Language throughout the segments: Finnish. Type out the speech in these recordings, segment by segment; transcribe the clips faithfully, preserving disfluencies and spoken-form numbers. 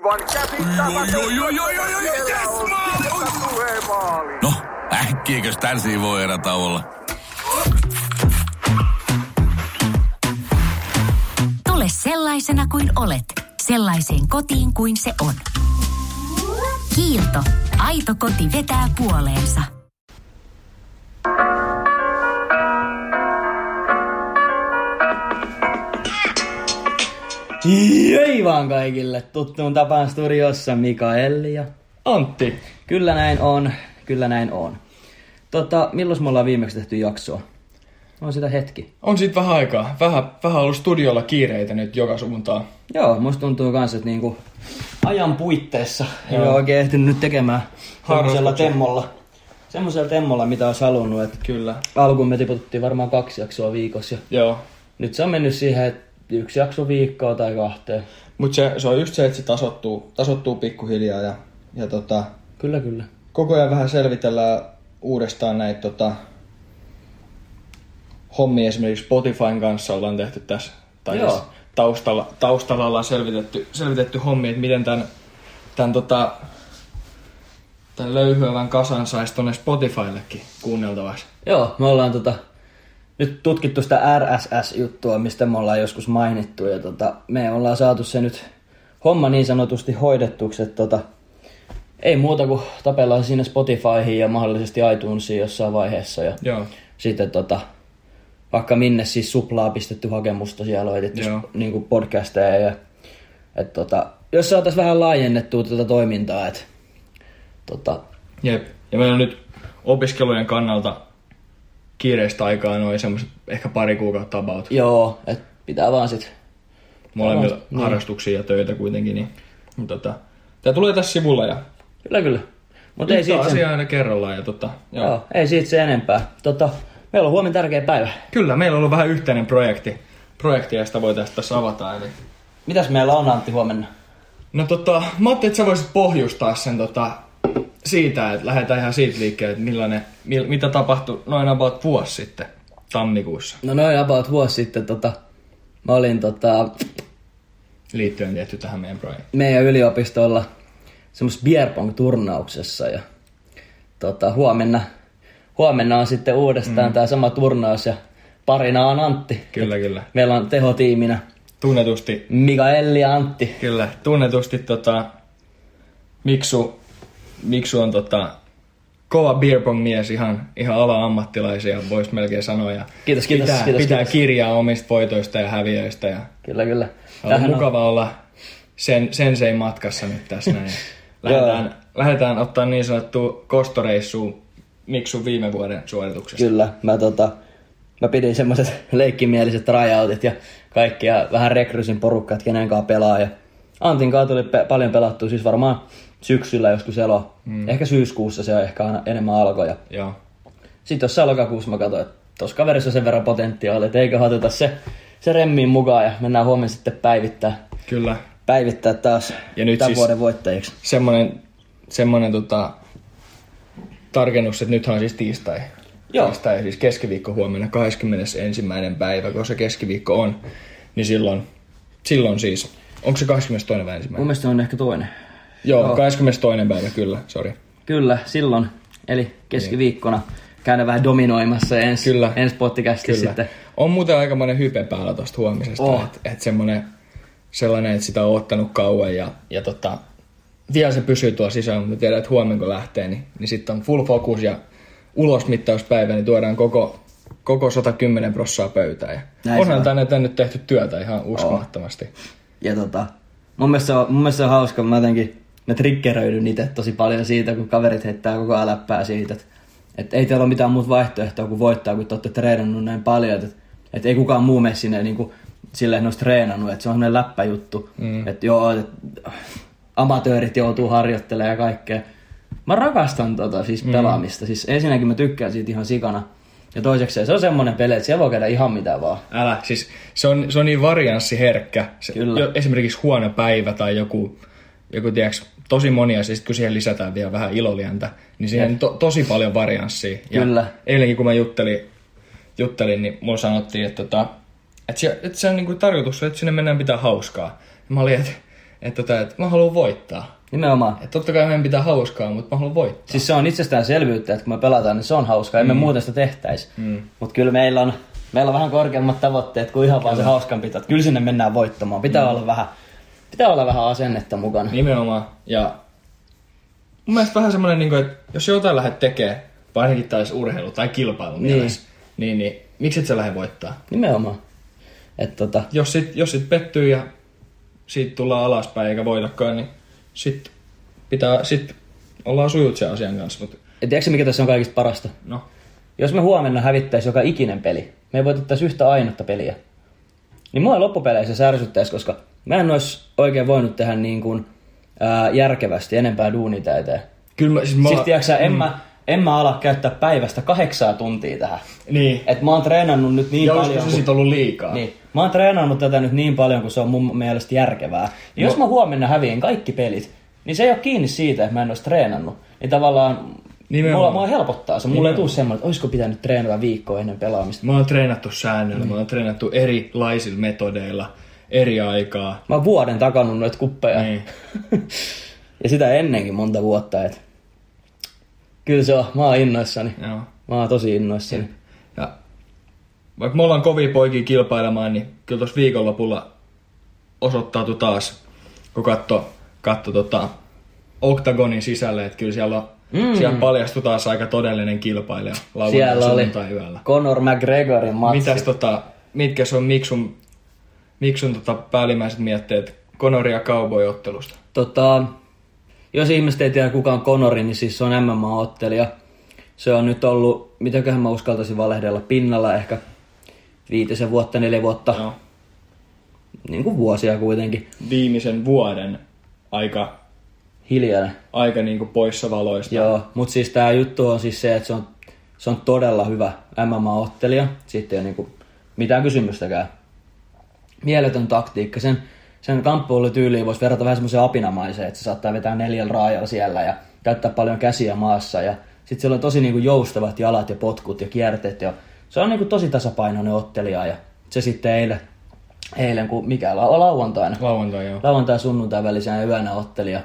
aivan käsittämätöntä. No, äkkiäkös tän voi erätä olla? Tule sellaisena kuin olet, sellaiseen kotiin kuin se on. Kiilto. Aito koti vetää puoleensa. Jei vaan kaikille. Tuttuun tapaan studiossa Mikaeli ja Antti. Kyllä näin on. Kyllä näin on. Tota, milloin me ollaan viimeksi tehty jaksoa? On sitä hetki. On siitä vähän aikaa. Vähän, vähän ollut studiolla kiireitä nyt joka suuntaan. Joo, musta tuntuu kans, että niinku ajan puitteissa ei ole oikein ehtinyt nyt tekemään semmoisella temmolla. Semmoisella temmolla, mitä olisi halunnut. Että Kyllä. Alkuun me tiputtiin varmaan kaksi jaksoa viikossa. Ja Joo. nyt se on mennyt siihen, että yksi jakso viikkoa tai kahteen. Mut se, se on just se, että se tasottuu, tasottuu pikkuhiljaa ja, ja tota, Kyllä, kyllä. koko ajan vähän selvitellään uudestaan näitä tota, hommia. Esimerkiksi Spotifyn kanssa ollaan tehty tässä. Tai siis taustalla, taustalla ollaan selvitetty, selvitetty hommia, että miten tämän, tämän, tota, tämän löyhyävän kasan saisi tonne Spotifyllekin kuunneltavaksi. Joo, me ollaan tota, nyt tutkittu sitä R S S-juttua, mistä me ollaan joskus mainittu. Ja tota, me ollaan saatu se nyt homma niin sanotusti hoidettuksi, että tota, ei muuta kuin tapellaan siinä Spotifyhin ja mahdollisesti iTunesiin jossain vaiheessa. Ja Joo. sitten tota, vaikka minne siis suplaa pistetty hakemusta, siellä on etetty niin podcasteja. Ja, et tota, jos saataisiin vähän laajennettua tätä toimintaa. Et, tota, Jep. Ja meillä on nyt opiskelujen kannalta kiireistä aikaa noin semmoiset ehkä pari kuukautta about. Joo, et pitää vaan sit molemmilla niin. harrastuksia ja töitä kuitenkin. Niin, niin tota, tää tulee tässä sivulla ja Kyllä, kyllä. Mut ei yhtä siitä asiaa sen... aina kerrallaan. Ja tota, joo. Joo, ei siitä se enempää. Tota, meillä on huomenna tärkeä päivä. Kyllä, meillä on ollut vähän yhteinen projekti, projekti ja sitä voitaisiin tässä avata. Eli... Mitäs meillä on, Antti, huomenna? No tota, mä ajattelin, että sä voisit pohjustaa sen tota, siitä, että lähdetään ihan siitä liikkeelle, että millainen, mil, mitä tapahtui noin about vuosi sitten tammikuussa. No noin about vuosi sitten tota, mä olin tota, Liittyen tehty tähän meidän projektiin. meidän yliopistolla semmos beerpong-turnauksessa ja tota, huomenna, huomenna on sitten uudestaan mm. tää sama turnaus ja parina on Antti. Kyllä, kyllä. Meillä on tehotiiminä Tunnetusti, Mikaeli ja Antti. kyllä, tunnetusti tota, Miksu, Miksu on tota, kova beerpong-mies, ihan, ihan ala-ammattilaisia, voisi melkein sanoa. Ja Kiitos, kiitos, pitää, kiitos, pitää kiitos. kirjaa omista voitoista ja häviöistä. Ja Kyllä, kyllä. on Tähän mukava olla sen, sensei matkassa nyt tässä näin. lähdetään, lähdetään ottaa niin sanottua kostoreissua Miksun viime vuoden suorituksesta. Kyllä, mä, tota, mä pidin semmoiset leikkimieliset tryoutit ja kaikkia vähän rekrysin porukkaa, kenen kanssa pelaa. Ja Antin kanssa tuli pe- paljon pelattua, siis varmaan syksyllä joskus elo. Mm. Ehkä syyskuussa se on ehkä aina enemmän alkoi. Joo. Sitten jossain lokakuussa mä katsoin, että tossa kaverissa on sen verran potentiaalia, että eikö oteta se, se remmiin mukaan ja mennään huomenna sitten päivittää, Kyllä. päivittää taas Ja nyt tämän siis vuoden voittajiksi. Semmoinen, semmoinen tota, tarkennus, että nythän on siis tiistai. Joo. Tiistai, siis keskiviikko huomenna, kahdeskymmenesensimmäinen päivä, kun se keskiviikko on, niin silloin, silloin siis, onko se kahdeskymmenestoinen vai ensimmäinen? Mun mielestä se on ehkä toinen. Joo, Joo. kahdeskymmenestoinen päivä, kyllä, sori. Kyllä, silloin, eli keskiviikkona käydään vähän dominoimassa ensi, Kyllä. ensi podcastissa Kyllä. sitten. On muuten aikamoinen hype päällä tosta huomisesta, Oh. että et semmoinen sellainen, että sitä on ottanut kauan ja, ja tota, vielä se pysyy tuolla sisällä, mutta tiedän, että huomenna kun lähtee, niin, niin sitten on full focus ja ulosmittauspäivä, niin tuodaan koko, koko sata kymmenen prossaa pöytään. Ja Näin onhan se on. tänne, tänne tehty työtä ihan uskomattomasti. Ja tota, mun mielestä, se on, mun mielestä se on hauska, mä jotenkin, mä triggeröidyn itse tosi paljon siitä, kun kaverit heittää koko ajan läppää siitä, että et ei teillä ole mitään muuta vaihtoehtoa kuin voittaa, kun te olette treenannut näin paljon, että et ei kukaan muu mene sinne niin kuin, silleen, että ne olisi treenannut, että se on semmoinen läppäjuttu, mm. että joo, et, amatöörit joutuu harjoittelemaan ja kaikkea. Mä rakastan tota siis mm. pelaamista, siis ensinnäkin mä tykkään siitä ihan sikana, ja toiseksi se on semmoinen peli, että siellä voi käydä ihan mitä vaan. Älä, siis se on, se on niin varianssiherkkä. Se, Kyllä. jo, esimerkiksi huono päivä tai joku, joku tiedätkö, tosi monia, siis kun siihen lisätään vielä vähän ilolientä, niin siihen on to, tosi paljon varianssia. Ja Kyllä. eilenkin kun mä juttelin, juttelin niin mulla sanottiin, että, tota, että, se, että se on niinku tarkoitus, että sinne mennään pitää hauskaa. Ja mä olin, että, että, tota, että mä haluan voittaa. Nimenomaan. Että totta kai meidän pitää hauskaa, mutta mä haluan voittaa. Siis se on itsestäänselvyyttä, että kun me pelataan, niin se on hauskaa. Emme mm. muuten sitä tehtäisi. Mm. Mutta kyllä meillä on, meillä on vähän korkeammat tavoitteet kuin ihan vaan se hauskanpito. Kyllä sinne mennään voittamaan. Pitää, mm. olla vähän, pitää olla vähän asennetta mukana. Nimenomaan. Ja mun mielestä vähän semmoinen, että jos jotain lähdet tekemään, varsinkin taisi urheilu tai kilpailu niin. mielessä, niin, niin miksi et sä lähde voittaa? Nimenomaan. Et tota... Jos sit, jos sit pettyy ja siitä tullaan alaspäin eikä voitakaan, niin sit pitää, sit ollaan sujut sen asian kanssa. Mutta... Et tiedätkö mikä tässä on kaikista parasta? No. Jos me huomenna hävittäisi joka ikinen peli, me ei voitettaisi yhtä ainutta peliä, niin mua loppupeleissä se ärsyttäisi, koska mä en olisi oikein voinut tehdä niin kuin, ää, järkevästi enempää duunia eteen. Kyllä mä, siis mä... Siis tiedätkö, en, mm. mä, en mä ala käyttää päivästä kahdeksaa tuntia tähän. Niin. Et mä oon treenannut nyt niin ja paljon... Ja olisiko se sit ollut liikaa? Niin. Mä oon treenannut tätä nyt niin paljon, kun se on mun mielestä järkevää. No. Jos mä huomenna häviin kaikki pelit, niin se ei ole kiinni siitä, että mä en olisi treenannut. Niin tavallaan mulla, mulla helpottaa se. Mulla Nimenomaan. Ei tule semmoinen, että olisiko pitänyt treenata viikkoa ennen pelaamista. Mä oon treenattu säännöllä, mm. mä oon treenattu erilaisilla metodeilla, eri aikaa. Mä oon vuoden takannut noita kuppeja. Niin. Ja sitä ennenkin monta vuotta. Et... Kyllä se on. Mä oon innoissani. Joo. Mä oon tosi innoissani. Ja vaikka me ollaan kovia poikia kilpailemaan, niin kyllä tuossa viikonlopulla osoittautui taas, kun katso, katso tota Octagonin sisälle, että kyllä siellä, on, mm. siellä paljastui taas aika todellinen kilpailija lauantai sunnuntai yöllä. Conor McGregorin matsi. Mitäs tota, mitkä se on Miksun, Miksun tota päällimmäiset mietteet Conor ja Cowboy-ottelusta? Tota, jos ihmiset ei tiedä kuka on Conor, niin siis se on M M A-ottelija. Se on nyt ollut, mitäköhän mä uskaltaisin valehdella, pinnalla ehkä viitisen vuotta, neljä vuotta. No. Niin kuin vuosia kuitenkin. Viimeisen vuoden aika hiljainen. Aika niin kuin poissa valoista. Joo, mutta siis tää juttu on siis se, että se on, se on todella hyvä M M A-ottelija. Sitten ei ole niin kuin mitään kysymystäkään. Mieletön taktiikka. Sen, sen kamppailutyyliin voisi verrata vähän semmoiseen apinamaiseen, että se saattaa vetää neljällä raajalla siellä ja käyttää paljon käsiä maassa. Ja sitten siellä on tosi niin kuin joustavat jalat ja potkut ja kierteet. Ja se on niin kuin tosi tasapainoinen ottelija. Ja se sitten eilen, eilen kun mikä la- lauantaina. Lauantai, joo. Lauantai sunnuntai välisenä yönä ottelija.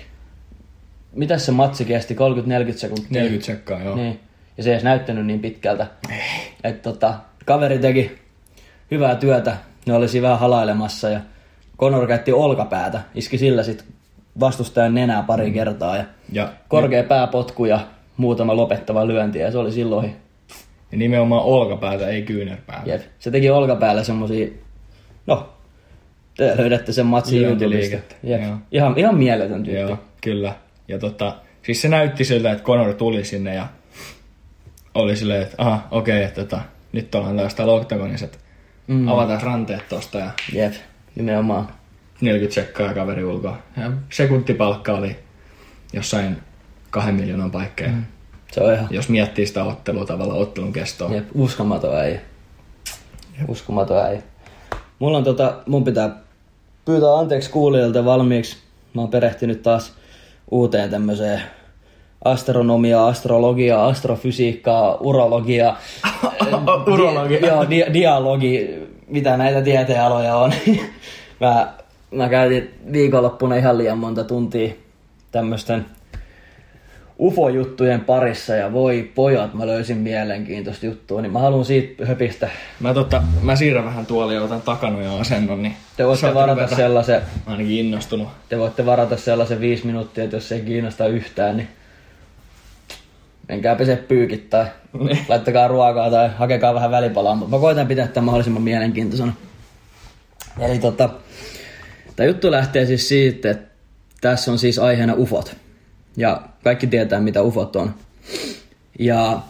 Mitäs se matsi kesti? kolmekymmentä neljäkymmentä sekuntia? neljäkymmentä sekkaa, joo. Niin. Ja se ei edes näyttänyt niin pitkältä. Että tota, kaveri teki hyvää työtä. Ne oli siinä vähän halailemassa ja Conor käytti olkapäätä. Iski sillä sit vastustajan nenää pari kertaa. Ja, ja korkea ja... pääpotku ja muutama lopettava lyönti ja se oli silloin. Ja nimenomaan olkapäätä, ei kyynärpäätä. Jep. Se teki olkapäällä semmosia, no, te löydätte sen matsin YouTubesta. Ihan, ihan mieletön tyyppi. Joo, kyllä. Ja tota, siis se näytti siltä, että Conor tuli sinne ja oli silleen, että aha, okei, okay, että tota, nyt ollaan taas täällä Octagonissa, että mm. avataan ranteet tosta ja jep, nimenomaan. neljäkymmentä sekkaa kaveri ulkoa. Ja sekuntipalkka oli jossain kahden miljoonan paikkeja. Mm. Se on ihan... Jos miettii sitä ottelua tavallaan, ottelun kestoa. Jep, uskomaton äijä. Uskomaton äijä. Mulla on tota, mun pitää pyytää anteeksi kuulijoilta valmiiksi. Mä oon perehtynyt taas uuteen tämmöiseen astronomiaa, astrologiaa, astrofysiikkaa, urologiaa. Urologia. Di- joo, di- dialogi, mitä näitä tieteenaloja on. mä, mä käytin viikonloppuna ihan liian monta tuntia tämmöisten U F O-juttujen parissa ja voi pojat, mä löysin mielenkiintoista juttua, niin mä haluan siitä höpistä. Mä, tota, mä siirrän vähän tuolia ja otan takanoja asennon, niin te voitte varata sellaisen, ainakin innostunut. Te voitte varata sellaisen viisi minuuttia, että jos se ei kiinnosta yhtään, niin menkää pese pyykit tai laittakaa ruokaa tai hakekaa vähän välipalaa, mutta mä koitan pitää tämän mahdollisimman mielenkiintoisena. Eli tota, tää juttu lähtee siis siitä, että tässä on siis aiheena U F Ot. Ja kaikki tietää, mitä U F Ot on. Ja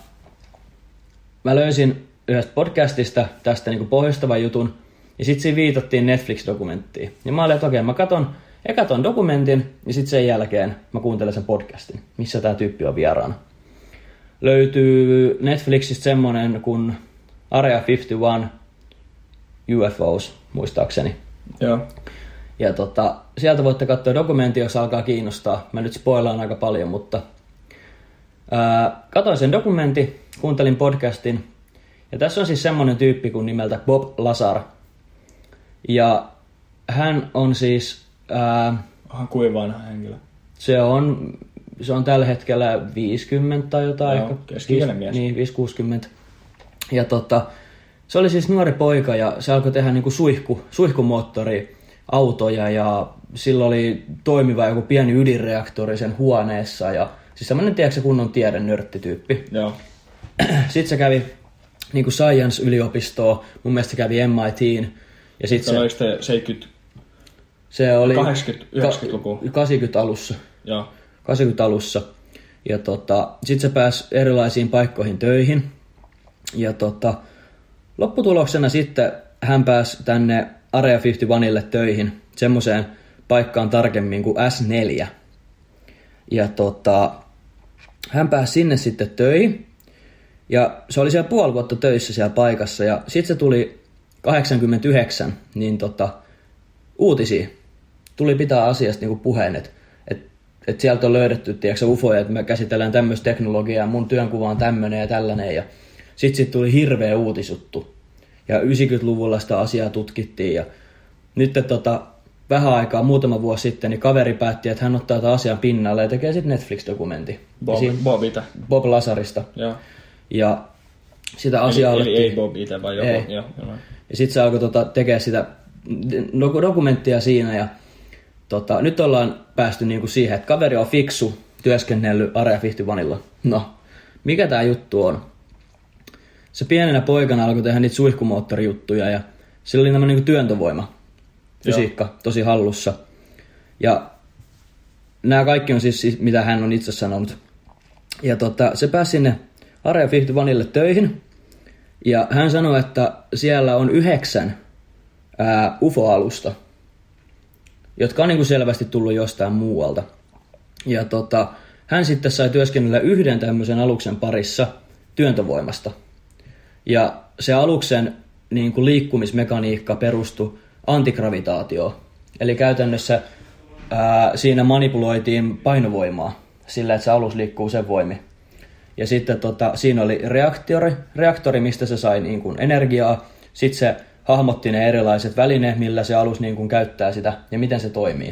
mä löysin yhdestä podcastista tästä niinku pohjustavan jutun, ja sit siinä viitattiin Netflix-dokumenttiin. Ja mä olin, että okei, mä katon eka ton dokumentin, ja sit sen jälkeen mä kuuntelen sen podcastin, missä tää tyyppi on vieraana. Löytyy Netflixistä semmonen kuin Area viisikymmentäyksi U F Os, muistaakseni. Joo. Ja tota, sieltä voitte katsoa dokumentti, jos alkaa kiinnostaa. Mä nyt spoilaan aika paljon, mutta ää, katoin sen dokumentti, kuuntelin podcastin. Ja tässä on siis semmonen tyyppi kuin nimeltä Bob Lazar. Ja hän on siis Ää, Aha, kuin vanha henkilö. se on, se on tällä hetkellä viisikymmentä tai jotain. Joo, keski-ikäinen mies. Niin, viisikymmentä kuusikymmentä. Ja tota, se oli siis nuori poika ja se alkoi tehdä niinku suihku, suihkumoottori autoja ja sillä oli toimiva joku pieni ydinreaktori sen huoneessa ja siis semmoinen, tiedätkö, kunnon tiedennörttityyppi. Joo. Sitten se kävi niinku Science-yliopistoa, mun mielestä se kävi M I T:n. Ja sit se, Oliko se seitsemänkymmentä, se oli kahdeksankymmentä, yhdeksänkymmentälukua? kahdeksankymmentä alussa. Joo. kahdeksankymmentä alussa. Ja tota, sit se pääsi erilaisiin paikkoihin töihin. Ja tota, lopputuloksena sitten hän pääsi tänne Area viisikymmentäyksille töihin, semmoiseen paikkaan tarkemmin kuin S neljä. Ja tota, hän pääsi sinne sitten töihin. Ja se oli siellä puoli vuotta töissä siellä paikassa. Ja sitten se tuli kahdeksankymmentäyhdeksän, niin tota, uutisia. Tuli pitää asiasta niinku puheen, että et, et sieltä on löydetty, tiedätkö, ufoja, että me käsitellään tämmöistä teknologiaa, mun työnkuva on tämmöinen ja tällainen. Ja sitten sit tuli hirveä uutisjuttu. Ja yhdeksänkymmentäluvulla sitä asiaa tutkittiin. Ja nyt tota, vähän aikaa, muutama vuosi sitten, niin kaveri päätti, että hän ottaa tämän asian pinnalle ja tekee sitten Netflix-dokumentin. Bob, Bob itse. Bob Lazarista. Joo. Ja sitä asiaa eli, alettiin... eli ei Bob itse, vaan joku. Ei. Joo, joo. Ja sitten se alkoi tota, tekemään sitä dokumenttia siinä. Ja tota, nyt ollaan päästy niinku siihen, että kaveri on fiksu, työskennellyt Area viisikymmentäyksillä. No, mikä tää juttu on? Se pienenä poikana alkoi tehdä niitä suihkumoottorijuttuja ja sillä oli tämmöinen niinku työntövoima, fysiikka, Joo. tosi hallussa. Ja nämä kaikki on siis, mitä hän on itse sanonut. Ja tota, se pääsi sinne Area viisikymmentäyksille töihin. Ja hän sanoi, että siellä on yhdeksän ää, U F O-alusta, jotka on niinku selvästi tullut jostain muualta. Ja tota, hän sitten sai työskennellä yhden tämmöisen aluksen parissa työntövoimasta. Ja se aluksen niin kuin liikkumismekaniikka perustui antigravitaatioon. Eli käytännössä ää, siinä manipuloitiin painovoimaa sillä, että se alus liikkuu sen voimin. Ja sitten tota, siinä oli reaktori, reaktori, mistä se sai niin kuin energiaa. Sitten se hahmotti ne erilaiset välineet, millä se alus niin kuin käyttää sitä ja miten se toimii.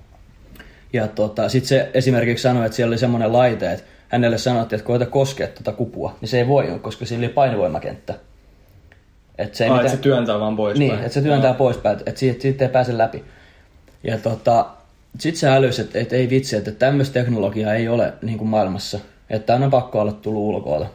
Ja tota, sitten se esimerkiksi sanoi, että siellä oli semmoinen laite, että hänelle sanottiin, että koeta koskea tuota kupua, niin se ei voi, koska sillä oli painovoimakenttä. Että se, ah, mitään... et se työntää vaan poispäin. Niin, että se työntää no. poispäin, että siitä, siitä ei pääse läpi. Ja tota, sitten se älysi, että, että ei vitsi, että tämmöistä teknologiaa ei ole niin kuin maailmassa. Että aina on pakko olla tullut ulkoa.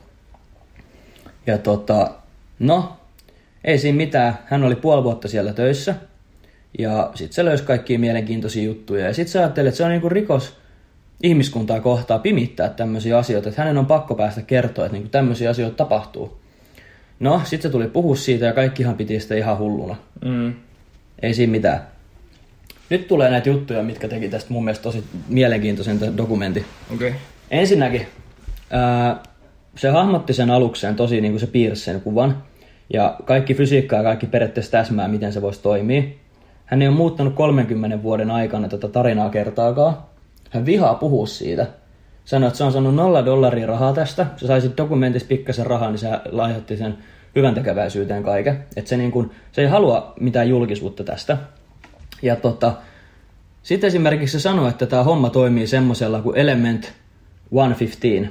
Ja tota, no, ei siinä mitään. Hän oli puoli vuotta siellä töissä. Ja sitten se löysi kaikkia mielenkiintoisia juttuja. Ja sitten se ajatteli, että se on niin kuin rikos ihmiskuntaa kohtaa pimittää tämmöisiä asioita, että hänen on pakko päästä kertoa, että niinku tämmöisiä asioita tapahtuu. No, sitten se tuli puhua siitä ja kaikkihan piti sitä ihan hulluna. Mm. Ei siinä mitään. Nyt tulee näitä juttuja, mitkä teki tästä mun mielestä tosi mielenkiintoisen dokumentin. Okay. Ensinnäkin ää, se hahmotti sen alukseen tosi niin kuin se piirsi sen kuvan. Ja kaikki fysiikkaa ja kaikki periaatteessa täsmää, miten se voisi toimia. Hän ei ole muuttanut kolmenkymmenen vuoden aikana tätä tarinaa kertaakaan. Hän vihaa puhua siitä. Sanoi, että se on saanut nolla dollaria rahaa tästä. Se sai sitten dokumentissa pikkasen rahaa, niin se lahjoitti sen hyväntekeväisyyteen kaiken. Että se, niin kun, se ei halua mitään julkisuutta tästä. Ja tota, sitten esimerkiksi se sanoi, että tämä homma toimii semmoisella kuin Element sata viisitoista.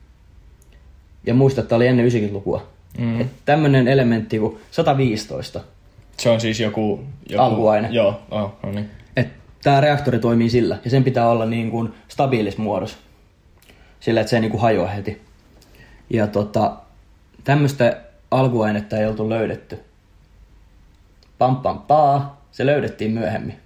Ja muista, että oli ennen yhdeksänkymmentälukua. Mm. Että tämmöinen elementti kuin sata viisitoista. Se on siis joku... joku... alkuaine. Joo, oh, no niin. Että tämä reaktori toimii sillä, ja sen pitää olla niin kuin stabiilis muodossa. Sillä, että se ei niin kuin hajoa heti. Ja tota, tämmöistä alkuainetta ei oltu löydetty. Pam pam paa, se löydettiin myöhemmin.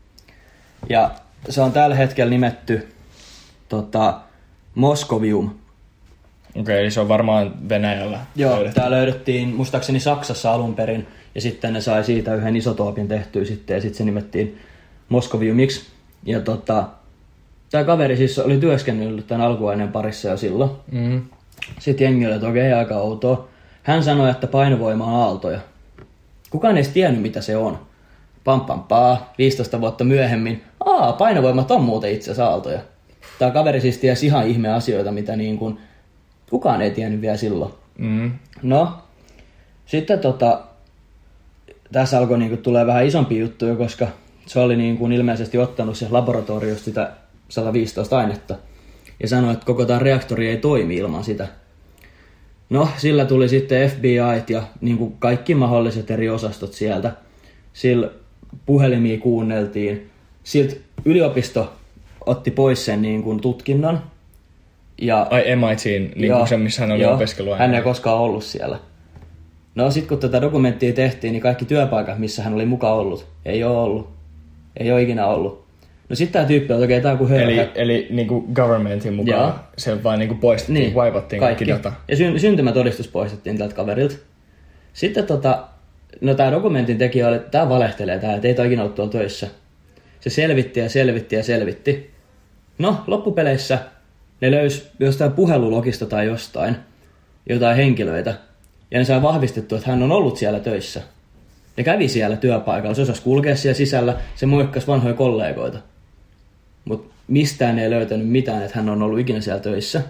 Ja se on tällä hetkellä nimetty tota, Moskovium. Okei, okay, eli se on varmaan Venäjällä. Joo, löydetty. tämä löydettiin muistaakseni Saksassa alun perin, ja sitten ne sai siitä yhden isotoopin tehtyä sitten, ja sitten se nimettiin Moskoviumiksi. Ja tota, tämä kaveri siis oli työskennellyt tämän alkuaineen parissa jo silloin. Mm-hmm. Sitten jengi oli, että okei, aika outoa. Hän sanoi, että painovoima on aaltoja. Kukaan ei edes tiennyt, mitä se on. Pam pam paa, viisitoista vuotta myöhemmin. Aa, painovoimat on muuten itse asiassa aaltoja. Tämä kaveri siis tiesi ihan ihme asioita, mitä niin kuin kukaan ei tiennyt vielä silloin. Mm-hmm. No, sitten tota, tässä alkoi niin kuin tulee vähän isompia juttuja, koska se oli niin kuin ilmeisesti ottanut se laboratoriosta sitä sata viisitoista ainetta ja sanoi, että koko tämä reaktori ei toimi ilman sitä. No, sillä tuli sitten F B I ja niin kuin kaikki mahdolliset eri osastot sieltä. Sillä puhelimia kuunneltiin. Siltä yliopisto otti pois sen niin kuin tutkinnon. Ja, Ai M I T:n, niin kuin se, missä hän oli joo, opiskellut aina. Hän ei koskaan ollut siellä. No sit kun tätä dokumenttia tehtiin, niin kaikki työpaikat, missä hän oli mukaan ollut, ei ole ollut. Ei ole ikinä ollut. No sit tää tyyppi on oikein tää kuin hörhä. Eli, eli niinku governmentin mukaan joo. Se vaan niinku poistettiin, niin, vaipattiin kaikki, kaikki data. Ja sy- syntymätodistus poistettiin tältä kaverilta. Sitten tota, no tää dokumentin tekijä oli, että tää valehtelee tää, että ei toi ikinä ollut tuolla töissä. Se selvitti ja selvitti ja selvitti. No, loppupeleissä ne löysi jostain puhelulogista tai jostain jotain henkilöitä. Ja ne sai vahvistettua, että hän on ollut siellä töissä. Ne kävi siellä työpaikalla, se osasi kulkea siellä sisällä, se moikkasi vanhoja kollegoita. Mutta mistään ei löytänyt mitään, että hän on ollut ikinä siellä töissä.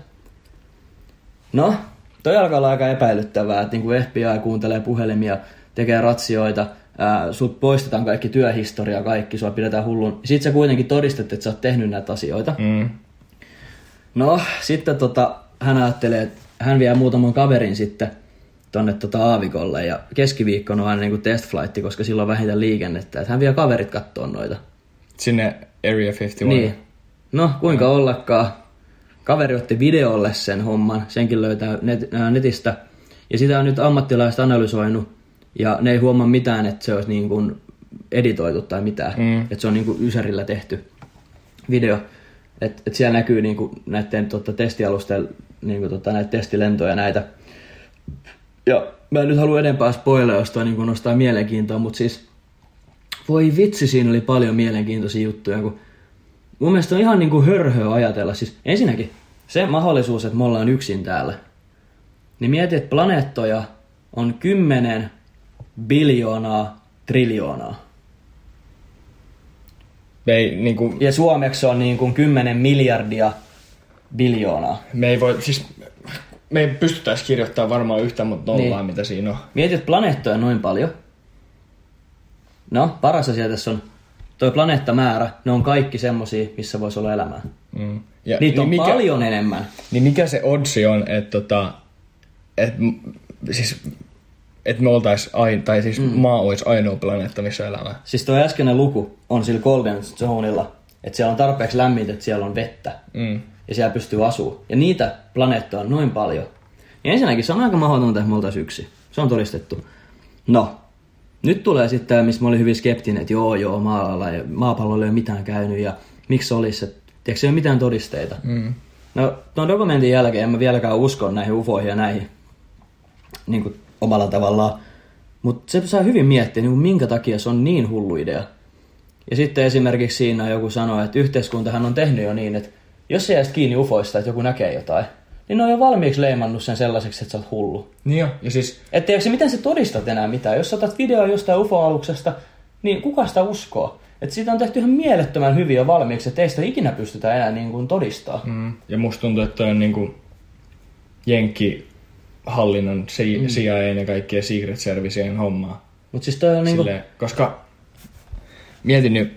No, toi alkaa olla aika epäilyttävää, että niin F B I kuuntelee puhelimia, tekee ratsioita, ää, sut poistetaan kaikki työhistoria, kaikki, sua pidetään hullun. Sitten sä kuitenkin todistat, että sä oot tehnyt näitä asioita. Mm. No, sitten tota, hän ajattelee, että hän vie muutaman kaverin sitten tonne tota aavikolle ja keskiviikkona on aina niinku testflightti, koska silloin on vähintään liikennettä. Että hän vie kaverit kattoon noita. Sinne Area viisikymmentäyksi. Niin. No, kuinka no. ollakaan. Kaveri otti videolle sen homman, senkin löytää net, ää, netistä. Ja sitä on nyt ammattilaiset analysoinut, ja ne ei huomaa mitään, että se olisi niin kuin editoitu tai mitään. Mm. Että se on niin kuin ysärillä tehty video. Että et siellä näkyy niin kuin näiden tota, testialusten, niin kuin, tota, näitä testilentoja näitä. Ja mä en nyt halua enempää spoileja, jos toi niin kuin nostaa mielenkiintoa, mutta siis voi vitsi, siinä oli paljon mielenkiintoisia juttuja, kun mun mielestä on ihan niin kuin hörhöä ajatella. Siis ensinnäkin se mahdollisuus, että me ollaan yksin täällä. Niin mieti, että planeettoja on kymmenen biljoonaa triljoonaa. Ei, niin kuin, ja suomeksi on niin kuin kymmenen miljardia biljoonaa. Me ei voi, siis me ei pystytäisi kirjoittamaan varmaan yhtä, mutta nollaa, niin. Mitä siinä on. Mieti, että planeettoja on noin paljon. No, paras asia tässä on toi planeettamäärä, ne on kaikki semmosia, missä voisi olla elämää. Mm. Ja, niitä on niin mikä, paljon enemmän. Niin mikä se oddsi on, että tota, et, siis, et me oltais, tai siis mm. maa olisi ainoa planeetta, missä on elämää? Siis toi äskeinen luku on sillä Golden Zoneilla, että siellä on tarpeeksi lämmintä, että siellä on vettä. Mm. Ja siellä pystyy asumaan. Ja niitä planeettoja on noin paljon. Ja ensinnäkin se on aika mahdotonta, että me oltaisiin yksi. Se on todistettu. No. Nyt tulee sitten tämä, missä mä olin hyvin skeptinen, että joo, joo, maalla ja maapallolla ei ole mitään käynyt ja miksi olisi, että tiedätkö, ei ole mitään todisteita. Mm. No, tuon dokumentin jälkeen en mä vieläkään usko näihin ufoihin ja näihin niin kuin omalla tavallaan, mutta se saa hyvin miettiä, niin kuin minkä takia se on niin hullu idea. Ja sitten esimerkiksi siinä joku sanoi, että yhteiskuntahan on tehnyt jo niin, että jos se jäisi kiinni ufoista, että joku näkee jotain, niin ne on jo valmiiksi leimannut sen sellaiseksi, että sä oot hullu. Niin jo, ja siis... Että tiedätkö, miten sä todistat enää mitään? Jos sä otat videoa jostain U F O-aluksesta, niin kuka sitä uskoo? Että siitä on tehty ihan mielettömän hyvin jo valmiiksi, että ei sitä ikinä pystytä enää niin kuin todistaa. Mm. Ja musta tuntuu, että toi on niin kuin jenkkihallinnon, C I A ja kaikkien Secret Serviceen hommaa. Mut siis toi on niinku... Silleen, koska mietin nyt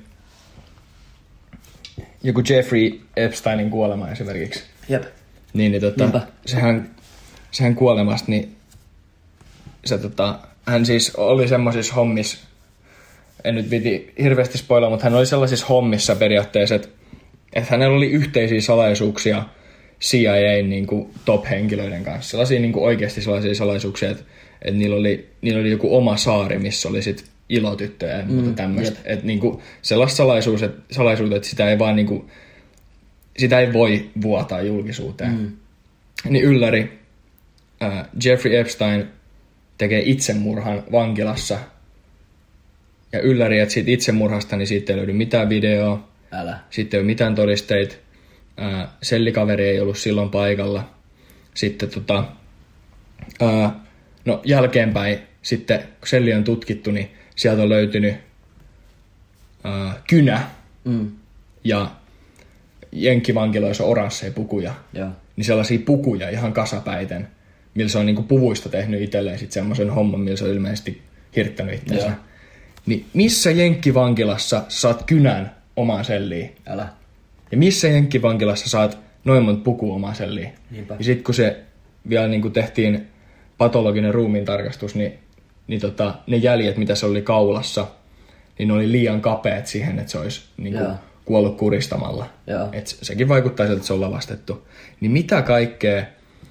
joku Jeffrey Epsteinin kuolema esimerkiksi. Jep. Niin, niin tota, sehän, sehän kuolemasta, niin se, tota, hän siis oli semmoisissa hommissa, en nyt piti hirveästi spoilaa, mutta hän oli sellaisissa hommissa periaatteessa, että, että hänellä oli yhteisiä salaisuuksia C I A:n niin kuin top-henkilöiden kanssa. Sellaisia niin kuin oikeasti sellaisia salaisuuksia, että, että niillä, oli, niillä oli joku oma saari, missä oli sit ilotyttöjä ja muuta mm, tämmöistä. Että niin kuin sellaista salaisuus, että, salaisuutta, että sitä ei vaan niin kuin, sitä ei voi vuotaa julkisuuteen. Mm. Niin ylläri, äh, Jeffrey Epstein tekee itsemurhan vankilassa. Ja ylläri, että siitä itsemurhasta niin siitä ei löydy mitään videoa. Älä. Sitten ei ole mitään todisteita. Äh, sellikaveri ei ollut silloin paikalla. Sitten tota, äh, no jälkeenpäin, sitten kun selli on tutkittu, niin sieltä on löytynyt äh, kynä. Mm. Ja jenkkivankiloissa on oransseja pukuja. Joo. Niin sellaisia pukuja ihan kasapäiten, millä se on niinku puvuista tehnyt itselleen sit semmoisen homman, millä se on ilmeisesti hirttänyt itsensä. Joo. Niin missä jenkkivankilassa saat kynän omaan selliin? Älä. Ja missä jenkkivankilassa saat noin monta pukua omaan selliin? Niinpä. Ja sit kun se vielä niin kuin tehtiin patologinen ruumiin tarkastus, niin, niin tota, ne jäljet, mitä se oli kaulassa, niin ne oli liian kapeat siihen, että se olisi niin kuin kuollut kuristamalla. Et sekin vaikuttaa siltä, että se on lavastettu. Niin mitä kaikkea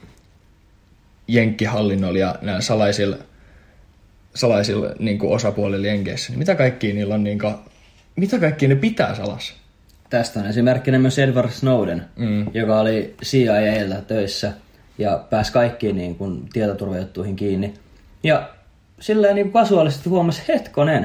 jenkkihallinnolla ja näillä salaisilla, salaisilla niin kuin osapuolilla jenkeissä, niin mitä kaikkia niillä on, niin kuin, mitä kaikkia ne pitää salassa? Tästä on esimerkkinä myös Edward Snowden, mm. joka oli C I A:llä töissä ja pääsi kaikkiin niin kuin tietoturvajuttuihin kiinni. Ja silleen niin kuin kasuaalisesti huomasi, hetkonen,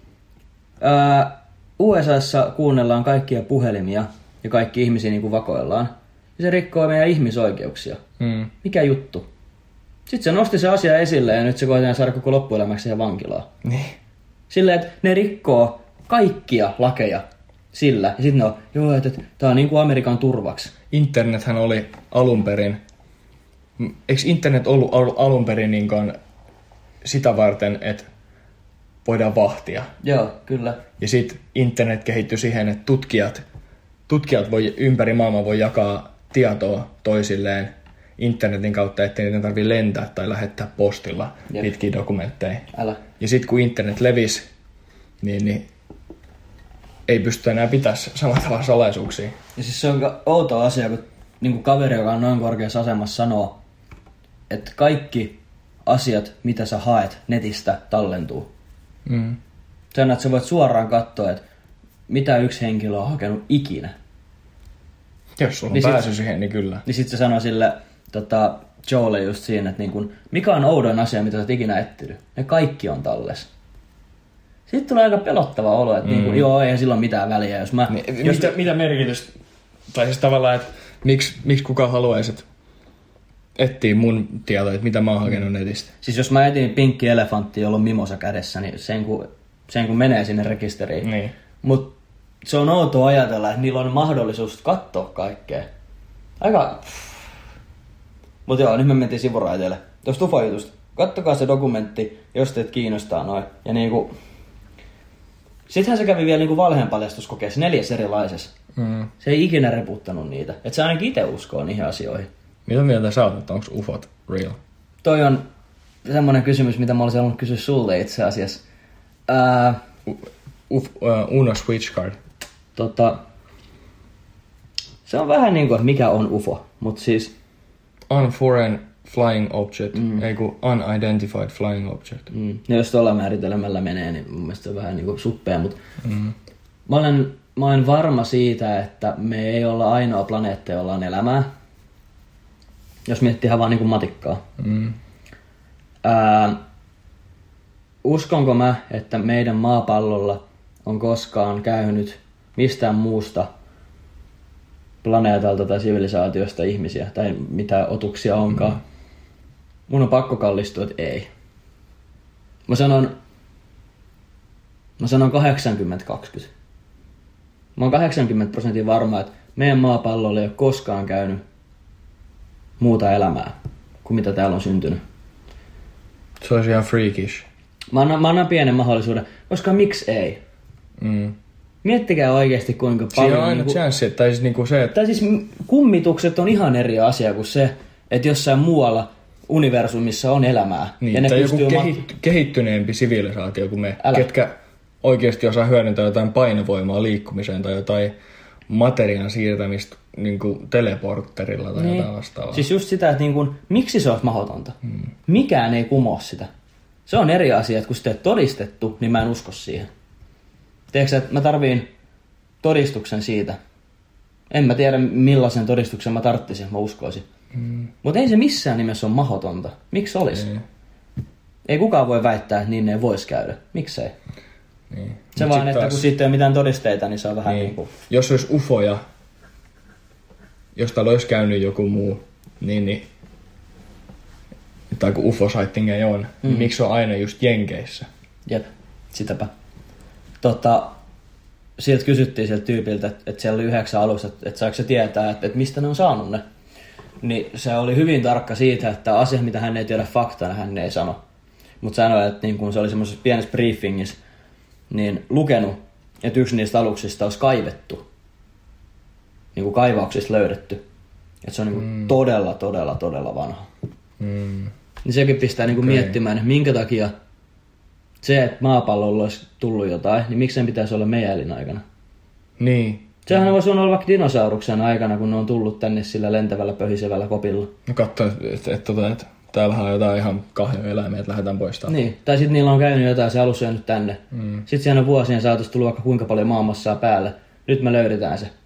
ää, U S A:ssa kuunnellaan kaikkia puhelimia ja kaikki ihmisiä niin kuin vakoillaan. Ja se rikkoo meidän ihmisoikeuksia. Mm. Mikä juttu? Sitten se nosti se asia esille ja nyt se koetaan saada koko loppuelämäksi siihen vankilaan. Niin. Silleen, että ne rikkoo kaikkia lakeja sillä. Ja sitten ne on, joo, että, että tää on niin kuin Amerikan turvaksi. Internethän oli alun perin, eikö internet ollut alun perin niin kuin sitä varten, että voidaan vahtia? Joo, kyllä. Ja sitten internet kehittyi siihen, että tutkijat, tutkijat voi, ympäri maailmaa voi jakaa tietoa toisilleen internetin kautta, ettei niitä tarvitse lentää tai lähettää postilla Jep. pitkiä dokumentteja. Älä. Ja sitten kun internet levisi, niin, niin ei pysty enää pitämään samalla tavalla salaisuuksia. Ja siis se on outo asia, kun niin kuin kaveri, joka on noin korkeassa asemassa, sanoo, että kaikki asiat, mitä sä haet netistä, tallentuu. Mm. Sen, että sä voit suoraan katsoa, että mitä yksi henkilö on hakenut ikinä. Jos sulla on niin pääsy sit, siihen, niin kyllä. Niin sit se sanoi sille tota, Joelle just siinä, että niin kun, mikä on oudoin asia, mitä sä oot ikinä etsinyt. Ne kaikki on tallessa. Sitten tulee aika pelottava olo, että mm. niin kun, joo, eihän sillä ole mitään väliä. Jos mä, niin, jos mitä, mitä merkitystä? Tai siis tavallaan, että miksi, miksi kukaan haluaisi, että etsii mun tietoa, että mitä mä oon hakenut netistä. Siis jos mä etin pinkki elefantti, jolla on mimosa kädessä, niin sen kun, sen kun menee sinne rekisteriin. Niin. Mut se on outoa ajatella, että niillä on mahdollisuus katsoa kaikkea. Aika... Mut joo, nyt me mentiin sivuraiteille. Tuosta U F O-jutusta. Kattokaa se dokumentti, jos teet kiinnostaa noin. Ja niinku... Sittenhän se kävi vielä niinku valheenpaljastuskokeessa neljäs erilaisessa. Mm. Se ei ikinä reputtanut niitä. Et se ainakin itse uskoo niihin asioihin. Mitä mieltä sä oot, että onko U F Ot real? Toi on semmonen kysymys, mitä mä olisin halunnut kysyä sulle itse asiassa. Ää... U- Uf, uh, Uno Switch Card. Tota, se on vähän niin kuin, että mikä on U F O, mutta siis... Unforeign Flying Object, mm. ei kun Unidentified Flying Object. Mm. Ja jos tuolla määritelmällä menee, niin mun mielestä se on vähän niin kuin suppea, mutta... Mm. Mä, olen, mä olen varma siitä, että me ei olla ainoa planeetta, jolla on elämää. Jos miettii ihan vaan niin kuin matikkaa. Mm. Ää, uskonko mä, että meidän maapallolla on koskaan käynyt mistään muusta planeetalta tai sivilisaatiosta ihmisiä, tai mitä otuksia onkaan. Mm. Mun on pakko kallistua, että ei. Mä sanon, mä sanon kahdeksankymmentä kaksikymmentä. Mä oon kahdeksankymmentä prosenttia varma, että meidän maapallolla ei ole koskaan käynyt muuta elämää kuin mitä täällä on syntynyt. Se olisi ihan freakish. Mä annan, mä annan pienen mahdollisuuden, koska miksi ei? Mm. Miettikää oikeasti kuinka paljon... Siinä on aina niinku, chanssi, tai siis niinku se, että... Tai siis kummitukset on ihan eri asia kuin se, että jossain muualla universumissa on elämää. Niin, ja ne tai joku oma... kehitty, kehittyneempi sivilisaatio kuin me, Älä. ketkä oikeasti osaa hyödyntää jotain painovoimaa liikkumiseen tai jotain materiaan siirtämistä niin kuin teleporterilla tai niin. jotain vastaavaa. Siis just sitä, että niin kuin, miksi se olisi mahdotonta? Hmm. Mikään ei kumoa sitä. Se on eri asia, että kun sitä ei todistettu, niin mä en usko siihen. Tiedätkö, että mä tarviin todistuksen siitä. En mä tiedä, millaisen todistuksen mä tarttisin, mä uskoisin. Hmm. Mutta ei se missään nimessä ole mahdotonta. Miksi olisi? Ei. ei kukaan voi väittää, että niin ei voisi käydä. Miksei? Niin. Se Mut vaan, että taas... kun siitä ei ole mitään todisteita, niin se on vähän niin, niin kuin... Jos olisi ufoja, jos täällä olisi käynyt joku muu, niin... niin tai kun U F O-sightingeja on, mm. niin miksi on aina just Jenkeissä? Jep, sitäpä. Tota, sieltä kysyttiin sieltä tyypiltä, että, että siellä oli yhdeksän alusta, että, että saako se tietää, että, että mistä ne on saanut ne. Niin se oli hyvin tarkka siitä, että asia, mitä hän ei tiedä faktana, hän ei sano. Mutta sanoi, että niin kun se oli semmoisessa pienessä briefingissä, niin lukenut, että yksi niistä aluksista olisi kaivettu. Niin kuin kaivauksista löydetty. Että se on niin kuin mm. todella, todella, todella vanha. Mm. Niin sekin pistää niin kuin okay. miettimään, että minkä takia se, että maapallolla olisi tullut jotain, niin miksi sen pitäisi olla meidän elinaikana? Niin. Sehän voisi olla vaikka dinosauruksen aikana, kun ne on tullut tänne sillä lentävällä, pöhisevällä kopilla. No katso, että et, et, et, et, täällähän on jotain ihan kahjoja eläimiä, että lähdetään poistamaan. Niin, tai sitten niillä on käynyt jotain, se alus jäänyt tänne. Mm. Sitten siellä on vuosien saatossa tullut vaikka kuinka paljon maamassaa päälle. Nyt me löydetään se.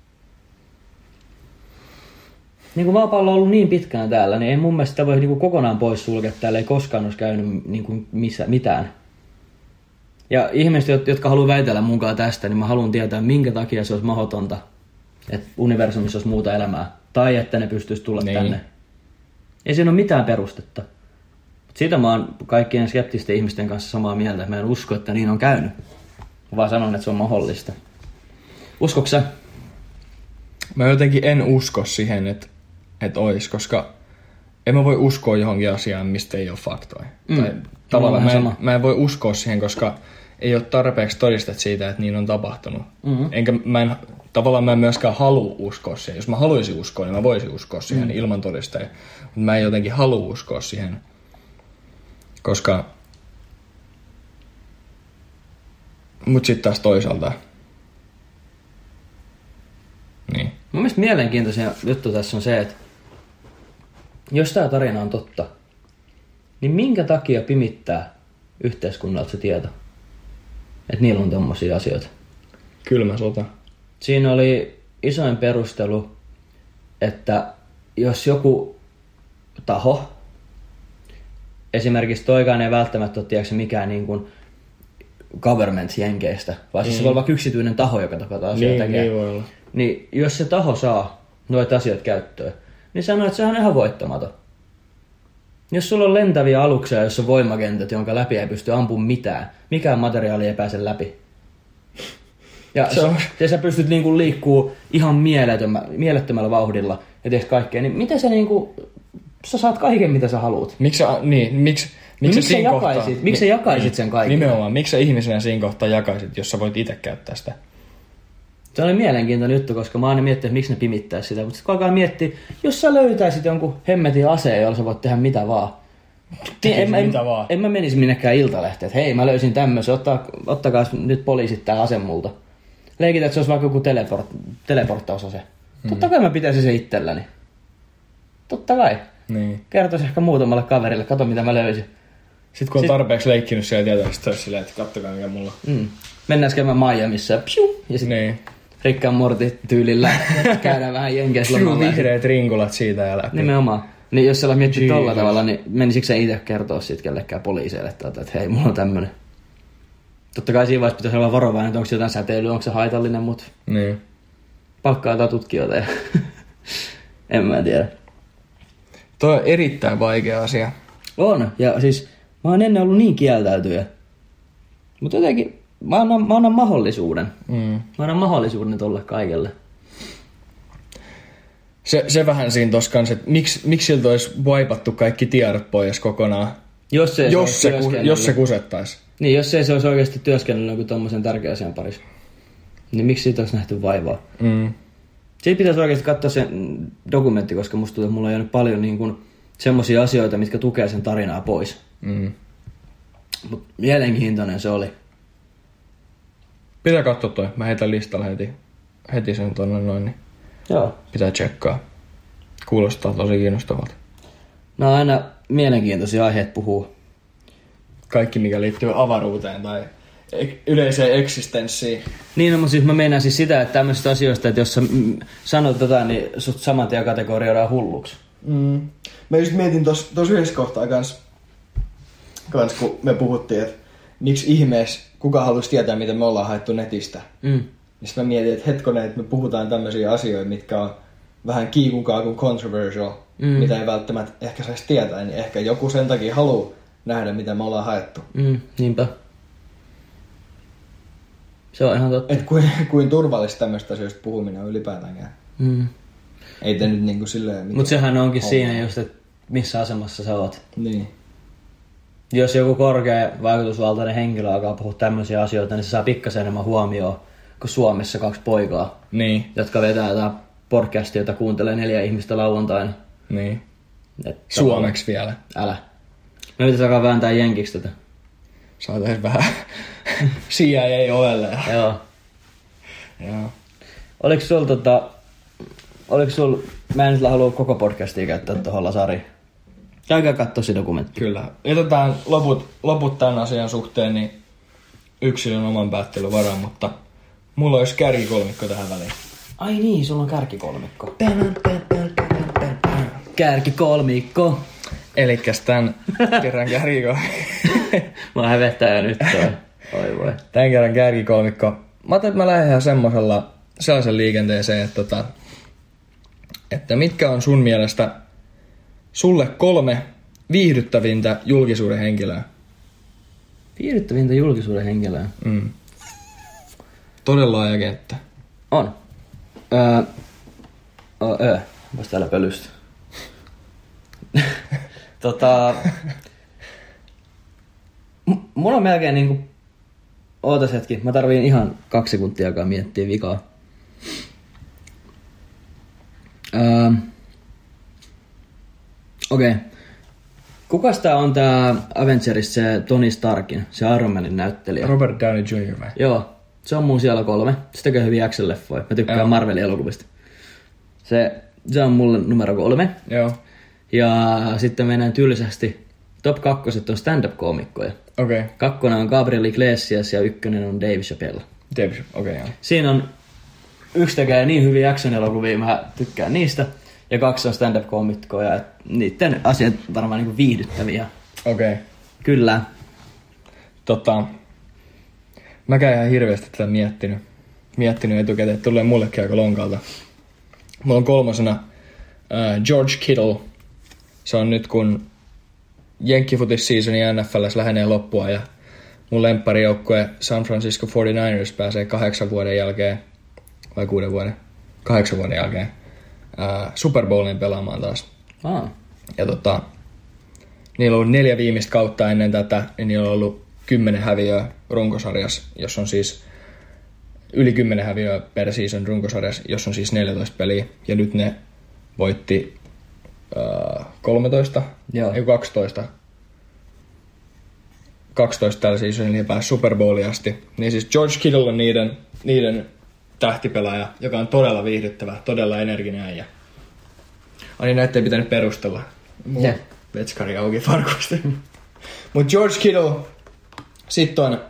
Niin kuin maapallo on ollut niin pitkään täällä, niin ei mun mielestä sitä voi niin kuin kokonaan pois sulkea. Täällä ei koskaan olisi käynyt niin kuin missä, mitään. Ja ihmiset, jotka haluaa väitellä munkaan tästä, niin mä haluan tietää, minkä takia se olisi mahdotonta, että universumissa olisi muuta elämää. Tai että ne pystyisi tulla niin. tänne. Ei siinä ole mitään perustetta. Siitä mä oon kaikkien skeptisten ihmisten kanssa samaa mieltä, että mä en usko, että niin on käynyt. Mä vaan sanon, että se on mahdollista. Uskotko sä? Mä jotenkin en usko siihen, että, että ois, koska en mä voi uskoa johonkin asiaan, mistä ei ole faktoja. Mm. Tai tavallaan mä en, mä en voi uskoa siihen, koska ei ole tarpeeksi todistet siitä, että niin on tapahtunut. Mm-hmm. Enkä mä en, tavallaan mä en myöskään halua uskoa siihen. Jos mä haluaisin uskoa, niin mä voisin uskoa siihen mm. ilman todisteja. Mutta mä en jotenkin halua uskoa siihen, koska... Mut sit taas toisaalta... Niin. Mun mielestä mielenkiintoinen juttu tässä on se, että jos tää tarina on totta, niin minkä takia pimittää yhteiskunnalta se tieto? Että niillä on tommosia asioita. Kylmä sota. Siinä oli isoin perustelu, että jos joku taho, esimerkiksi toikaan ei välttämättä ole tiedätkö, mikään niin kuin government-jenkeistä, vaan siis mm. se voi olla vaikka yksityinen taho, joka tätä asioita niin, tekee. Niin voi olla. Niin jos se taho saa noita asioita käyttöön, niin sanoo, että se on ihan voittamaton. Jos sulla on lentäviä aluksia, jossa on voimakentät, jonka läpi ei pysty ampumaan mitään, mikään materiaali ei pääse läpi. Ja se on... sä, sä pystyt niinku liikkuu ihan mielettömällä vauhdilla ja teet kaikkea, niin miten sä niinku, sä saat kaiken mitä sä haluut? Miksi sä, niin, miksi, miksi, miksi sä jakaisit, kohtaa, miksi sä jakaisit sen kaiken? Nimenomaan, miksi sä ihmisenä siinä kohtaa jakaisit, jos sä voit itse käyttää sitä? Se oli mielenkiintoinen juttu, koska mä aina miettinyt, että miksi ne pimittää sitä. Mutta sitten kun alkaa miettiä, jos sä löytäisit jonkun hemmetin aseen, jolla sä voit tehdä mitä vaan. Niin en, en, mitä vaan. En mä menisi minnekään Iltalehteen, että hei mä löysin tämmöisen, Ottaa, ottakaa nyt poliisit tää ase multa. Leikitä, että se olisi vaikka joku teleport, teleporttausase. Mm. Totta kai mä pitäisin se itselläni. Totta kai. Niin. Kertoisi ehkä muutamalle kaverille, kato mitä mä löysin. Sitten kun on tarpeeksi leikkinyt siellä tietää, sitten olisi silleen, että kattokaa mikä mulla. Mm. Mennään käymään Miamiissa ja psiu, ja sitten niin. Rick and Morty tyylillä käydään vähän jenkeissä lomalla. Vihreät rinkulat siitä ja läpi. Nimenomaan. Niin jos sä miettii tolla tavalla, niin menisikö sä itse kertoa siitä kellekään poliiseille, että, että hei, mulla on tämmönen. Totta kai siinä vaiheessa pitäisi olla varovainen, että onko se jotain säteilyä, onko se haitallinen, mutta niin. Palkkaa jotain tutkijoita ja en mä tiedä. Toi on erittäin vaikea asia. On, ja siis mä oon ennen ollut niin kieltäytyjä. Mutta jotenkin mä annan, mä annan mahdollisuuden. Mm. Mä annan mahdollisuuden tolle kaikelle. Se, se vähän siinä tossa kanssa, että miksi, miksi siltä olisi waipattu kaikki tiedot pois kokonaan, jos se, jos se, ku, jos se kusettaisi. Niin, jos ei se olisi oikeasti työskennellyt joku tommosen tärkeän asian parissa, niin miksi siitä olisi nähty vaivaa? Mm. Siitä pitäisi oikeasti katsoa se dokumentti, koska musta tuntuu, että mulla on jäänyt paljon niin kuin semmosia asioita, mitkä tukee sen tarinaa pois. Mm. Mut mielenkiintoinen se oli. Pitää katsoa toi. Mä heitän listalle heti, heti sen tonne noin, niin joo. Pitää tsekkaa. Kuulostaa tosi kiinnostavalta. No aina mielenkiintoisia aiheet puhuu. Kaikki mikä liittyy avaruuteen tai yleiseen eksistenssiin. Niin, no, mutta siis mä meinaan siis sitä, että tämmöisistä asioista, että jos sä sanot jotain, niin sut saman tien kategorioidaan hulluksi. Mm. Mä just mietin tossa tos yhdessä kohtaa kans, kans, kun me puhuttiin, että miksi ihmeessä kuka haluaisi tietää, mitä me ollaan haettu netistä. Mm. Niin sitten mä mietin, että hetkonen, että me puhutaan tämmöisiä asioita, mitkä on vähän kiikukaa kuin controversial, mm. mitä ei välttämättä ehkä saisi tietää, niin ehkä joku sen takia haluaa nähdä, mitä me ollaan haettu. Mm, niinpä. Se on ihan totta. Että kuin, kuin turvallista tämmöistä asioista puhuminen on ylipäätäänkään. Mm. Ei te nyt niinku silleen... Mut sehän onkin homma. Siinä just, että missä asemassa sä oot. Niin. Jos joku korkea vaikutusvaltainen henkilö alkaa puhua tämmöisiä asioita, niin se saa pikkasen enemmän huomioon kuin Suomessa kaksi poikaa, Niin. jotka vetää jotain podcastia, jota kuuntelee neljä ihmistä lauantaina. Niin. Et Suomeksi vielä. Älä. Me pitäisi alkaa vääntää jenkiksi tätä. Saatais vähän C I A ovelle. Joo. Joo. Oliko sul tota... Oliko sul... Mä en nyt halua koko podcastia käyttää tohon Lasariin. Käykää kattoo se dokumentti. Kyllä. Jätetään loput, loput tämän asian suhteen niin yksilön oman päättelyn varaan, mutta mulla olisi kärkikolmikko tähän väliin. Ai niin, sulla on kärkikolmikko. Kärkikolmikko. Elikkäs tän kerran kärkikolmikko. Mä hävettää jo nyt toi. Oi voi. Tän kerran kärkikolmikko. Mä ajattelin, että mä lähden ihan semmosella sellaisen liikenteeseen, että, tota, että mitkä on sun mielestä sulle kolme viihdyttävintä julkisuuden henkilöä? Viihdyttävintä julkisuuden henkilöä? Mm. Todella laaja kenttä. On. Öö. Oh, öö. Onpas täällä pölystä. tota... M- mulla on melkein niinku... Ootas hetki, mä tarviin ihan kaksi sekuntiakaan miettiä vikaa. Öö... Okei. Okay. Kukas tää on tää Avengerissa se Tony Starkin, se Iron Manin näyttelijä? Robert Downey juniori vai? Joo. Se on mun siellä kolme. Se tekee hyviä action-leffoja. Mä tykkään Joo. Marvelin elokuvista. Se, se on mulle numero kolme. Joo. Ja sitten mennään tylsästi. Top kakkoset on stand-up-koomikkoja. Okei. Okay. Kakkonen on Gabriel Iglesias ja ykkönen on Dave Chappelle. Dave, okei okay, joo. Siinä on yksi tekee niin hyviä action-elokuvia, mä tykkään niistä. Ja kaksi on stand-up-koomikkoja. Et niiden asiat varmaan niinku viihdyttäviä. Okei. Okay. Kyllä. Tota, mäkään ihan hirveästi tätä miettinyt, miettinyt etukäteen, että tulee mullekin aika lonkalta. Mulla on kolmosena uh, George Kittle. Se on nyt kun Jenkkifutis-seasoni N F L:ssä lähenee loppua ja mun lempparijoukkue San Francisco forty-niners pääsee kahdeksan vuoden jälkeen, vai kuuden vuoden, kahdeksan vuoden jälkeen uh, Super Bowlin pelaamaan taas. Ah. Ja tota, niillä on ollut neljä viimeistä kautta ennen tätä, niin niillä on ollut kymmenen häviöä runkosarjassa, jos on siis yli kymmenen häviöä per season runkosarjassa, jos on siis neljätoista peliä. Ja nyt ne voitti uh, kolmetoista, Joo. ei kaksitoista. kaksitoista tällä seasonilla ja pääsi Super Bowliin asti. Niin siis George Kittle on niiden, niiden tähtipelaaja, joka on todella viihdyttävä, todella energinen äijä. Ai niin, näitä ei pitänyt perustella. Mulla Yeah. vetskari auki farkusta. Mut George Kittle, sit on,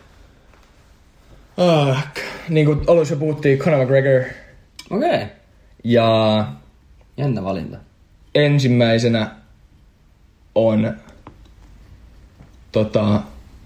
uh, niin kuin alussa puhuttiin, Conor McGregor. Okei. Okay. Ja Jännä valinta. ensimmäisenä on, tota,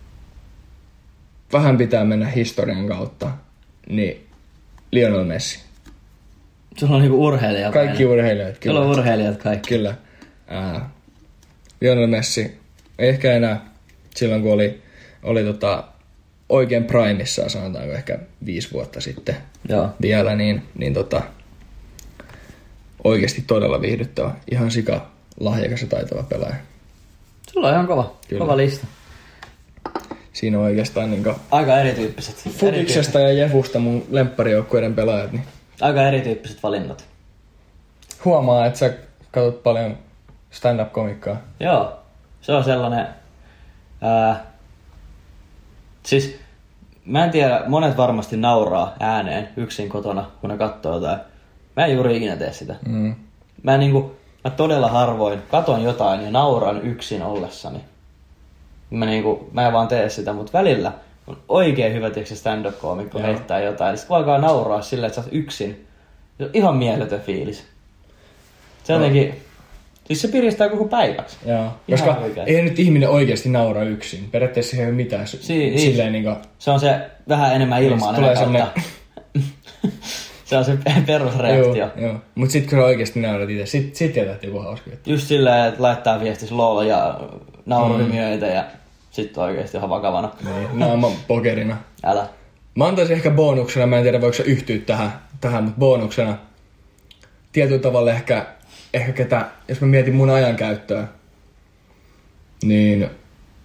vähän pitää mennä historian kautta, niin Lionel Messi. Sulla on niinku urheilijat. Kaikki aina. urheilijat, kyllä. Sulla on urheilijat kaikki. Kyllä. Uh, Lionel Messi, ehkä enää silloin kun oli, oli tota, oikein primissa, sanotaanko ehkä viisi vuotta sitten Joo. vielä, niin, niin tota, oikeasti todella viihdyttävä. Ihan sika lahjakas ja taitava pelaaja. Sulla on ihan kova, Kyllä. kova lista. Siinä on oikeastaan niin Aika erityyppiset. Futiksesta ja Jefusta mun lempparijoukkueiden pelaajat, niin Aika erityyppiset valinnat. huomaa, että sä katsot paljon stand-up-komikkaa. Joo. Se on sellainen... Ää, siis... Mä en tiedä, monet varmasti nauraa ääneen yksin kotona, kun ne katsoo jotain. Mä en juuri ikinä tee sitä. Mm. Mä niinku... Mä todella harvoin katon jotain ja nauran yksin ollessani. Mä niinku... Mä en vaan tee sitä, mut välillä on oikein hyvä teksä stand-up-koomikko Joo. heittää jotain. Sitten kun alkaa nauraa silleen, että sä oot yksin, se on ihan mieletön fiilis. Se on jotenkin... Siis se piristää koko päiväksi. Joo, Ihan koska oikein. ei nyt ihminen oikeasti naura yksin. Periaatteessa ei ole mitään si- Si- silleen niinku... Se on se vähän enemmän ilmaa Tulee näin kautta. Se on se perusreaktio. Joo, joo. Mut sit kun sä oikeesti naurat itse, sit, sit jätät joku hauska juttu. Just silleen, että laittaa viestis lol ja nauruhymiöitä ja sit on oikeesti ihan vakavana. Niin, naama pokerina. Älä. Mä antaisin ehkä bonuksena, mä en tiedä voiko sä yhtyä tähän, tähän mutta bonuksena tietyllä tavalla ehkä, ehkä ketä, jos mä mietin mun ajankäyttöä, niin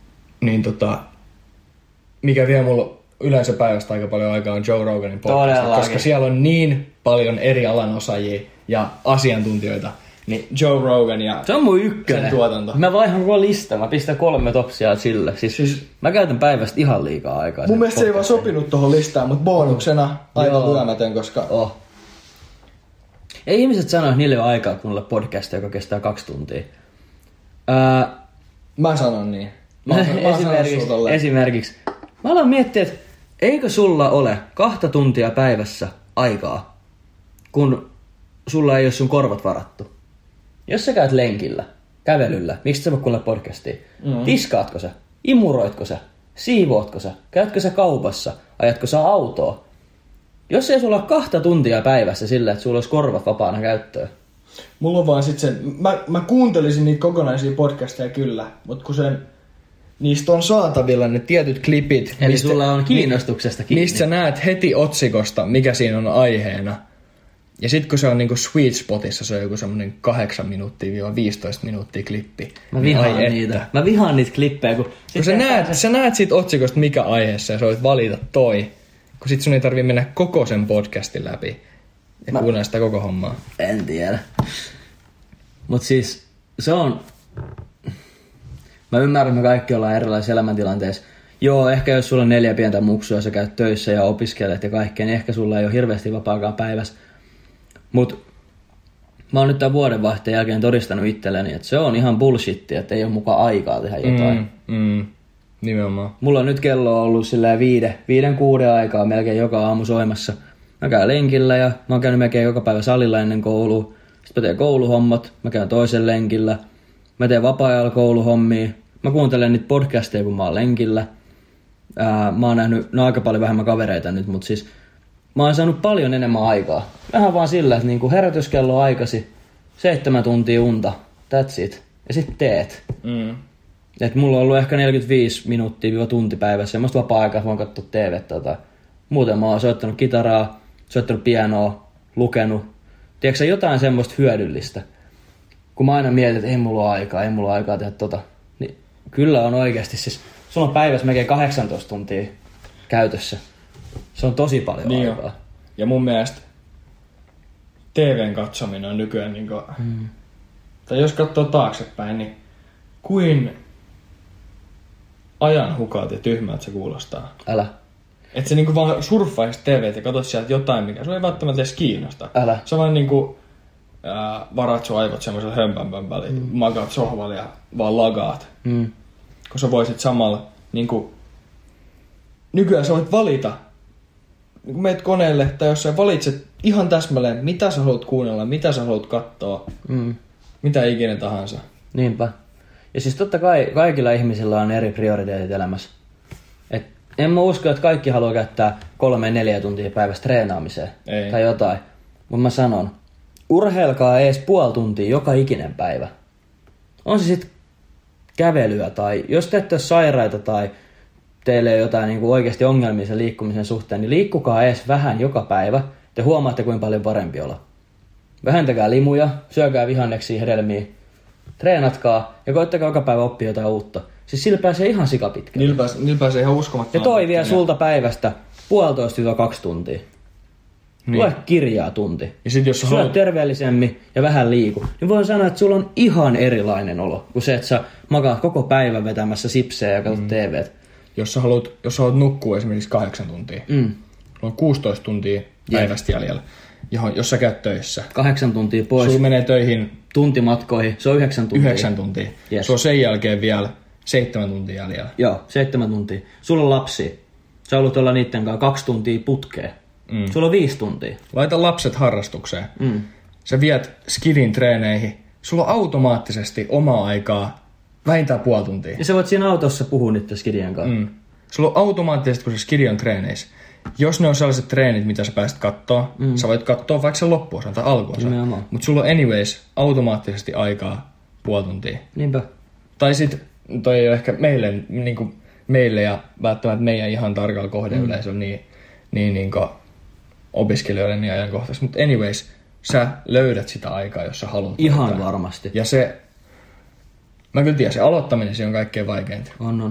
niin tota, mikä vie mulla yleensä päivästä aika paljon aikaa on Joe Roganin podcast, koska siellä on niin paljon eri alan osaajia ja asiantuntijoita. Niin Joe Rogan ja se on mun ykkönen. Tuotanto. Mä vaihan koko listan, mä pistän kolme topsia sille. Siis, siis mä käytän päivästä ihan liikaa aikaa. Mun mielestä se ei vaan sopinut tohon listaan, mutta bonuksena aivan lyömätön, koska... Oh. Ei ihmiset sano, että niille on aikaa kuunnella podcastia, joka kestää kaksi tuntia. Ää... Mä sanon niin. Mä, mä esimerkiksi, esimerkiksi. Mä aloin miettiä, että eikö sulla ole kahta tuntia päivässä aikaa, kun sulla ei ole sun korvat varattu. Jos sä käyt lenkillä, kävelyllä, miksi sä voi kuunnella podcastia? Mm. Tiskaatko sä? Imuroitko sä? Siivoatko sä? Käytkö sä kaupassa? Ajatko sä autoa? Jos ei sulla ole kahta tuntia päivässä sillä, että sulla olisi korvat vapaana käyttöön. Mulla on vaan sit sen, mä, mä kuuntelisin niitä kokonaisia podcasteja kyllä, mutta kun sen, niistä on saatavilla ne tietyt klipit. Eli mistä, sulla on kiinnostuksesta kiinni. Mistä sä näet heti otsikosta, mikä siinä on aiheena. Ja sit kun se on niinku sweet spotissa, se on joku semmonen kahdeksan minuuttia viisitoista minuuttia klippi. Mä vihaan niin niitä. Että. Mä vihaan niitä klippejä. Kun, kun sä, näet, se... sä näet siitä otsikosta mikä aiheessa ja sä voit valita toi. Kun sit sun ei tarvii mennä koko sen podcastin läpi. Ja mä... kuunnella sitä koko hommaa. En tiedä. Mut siis se on... Mä ymmärrän, että me kaikki ollaan erilaisissa elämäntilanteissa. Joo, ehkä jos sulla on neljä pientä muksua, sä käyt töissä ja opiskelet ja kaikkea, niin ehkä sulla ei ole hirveästi vapaakaan päivässä. Mut mä oon nyt tämän vuodenvaihteen jälkeen todistanut itselleni, että se on ihan bullshittia, että ei ole mukaan aikaa tehdä jotain. Mm, mm, nimenomaan. Mulla on nyt kello ollut silleen viide, viiden kuuden aikaa melkein joka aamu soimassa. Mä käyn lenkillä ja mä oon käynyt melkein joka päivä salilla ennen koulua. Sitten mä teen kouluhommat, mä käyn toisen lenkillä. Mä teen vapaa-ajalla kouluhommia. Mä kuuntelen niitä podcasteja, kun mä oon lenkillä. Ää, mä oon nähnyt, no aika paljon vähemmän kavereita nyt, mutta siis mä oon saanut paljon enemmän aikaa. Vähän vaan sillä, että niinku herätyskello on aikasi, seitsemän tuntia unta, that's it. Ja sit teet. Mm. Et mulla on ollut ehkä neljäkymmentäviisi minuuttia tunti päivässä, semmoista vapaa-aikaa, että voin katsoa T V:tä tai muuten mä oon soittanut kitaraa, soittanut pianoa, lukenut. Tiedätkö sä jotain semmoista hyödyllistä? Kun mä aina mietin, että ei mulla ole aikaa, ei mulla ole aikaa tehdä tota. Niin kyllä on oikeasti siis, sulla on päivässä melkein kahdeksantoista tuntia käytössä. Se on tosi paljon niin aikaa. Jo. Ja mun mielestä T V:n katsominen on nykyään niinku, mm. tai jos katsoo taaksepäin, niin kuin ajan hukaat ja tyhmältä se kuulostaa. Älä. Että se niinku vaan surffaisit T V:tä ja katsot sieltä jotain, mikä sun ei välttämättä edes kiinnosta. Älä. Se on vaan niinku ää, varat sun aivot semmoisella hömpänpön väliin, mm. makaat sohvalla ja vaan lagaat. Mm. Kun sä voisit samalla niinku, nykyään sä voit valita, kun meet koneelle tai jos sä valitset ihan täsmälleen, mitä sä haluat kuunnella, mitä sä haluat katsoa, mm. mitä ikinä tahansa. Niinpä. Ja siis totta kai kaikilla ihmisillä on eri prioriteetit elämässä. Et en mä usko, että kaikki haluaa käyttää kolme neljä tuntia päivässä treenaamiseen Ei. tai jotain. Mutta mä sanon, urheilkaa ees puoli tuntia joka ikinen päivä. On se sitten kävelyä tai jos te ette ole sairaita tai teille ei ole jotain niin kuin oikeasti ongelmia sen liikkumisen suhteen, niin liikkukaa ees vähän joka päivä. Te huomaatte, kuinka paljon parempi olla. Vähentäkää limuja, syökää vihanneksia, hedelmiä, treenatkaa ja koittakaa joka päivä oppia jotain uutta. Siis sillä pääsee ihan sikapitkälle. Niillä pääsee, niillä pääsee ihan uskomattoman. Ja toi vie sulta päivästä puolitoista kaksi tuntia. Niin. Lue kirjaa tunti. Ja sit jos sä Syö haluat... terveellisemmin ja vähän liiku. Niin voin sanoa, että sulla on ihan erilainen olo kuin se, että sä makaat koko päivän vetämässä sipsejä ja katsot mm. T V:tä. Jos sä haluat, jos sä haluat nukkua esimerkiksi kahdeksan tuntia, mm. on kuusitoista tuntia päivästä jäljellä, johon, jos sä käyt töissä. Kahdeksan tuntia pois. Sulla menee töihin tuntimatkoihin, se on yhdeksän tuntia. Yhdeksän tuntia. Yes. Se on sen jälkeen vielä seitsemän tuntia jäljellä. Joo, seitsemän tuntia. Sulla on lapsi. Sä haluat olla niitten kanssa kaksi tuntia putkeen. Mm. Sulla on viisi tuntia. Laita lapset harrastukseen. Mm. Sä viet skidin treeneihin. Sulla on automaattisesti omaa aikaa vähintään puoli tuntia. Ja sä voit siinä autossa puhua niiden skidien kanssa. Mm. Sulla on automaattisesti, kun se skidi on treeneissä. Jos ne on sellaiset treenit, mitä sä pääset kattoo, mm. sä voit katsoa vaikka sen loppuosan tai alkuosan. Mutta sulla on anyways automaattisesti aikaa puoli tuntia. Niinpä. Tai sit, toi ei ole ehkä meille, niin kuin meille ja välttämättä meidän ihan tarkalla kohdeyleisöllä mm. niin, niin, niin kuin opiskelijoiden niin ajankohtaisesti. Mutta anyways, sä löydät sitä aikaa, jos sä haluat. Ihan aikaa. Varmasti. Ja se, mä kyllä tiedän, se aloittaminen se on kaikkein vaikeinta. On, on.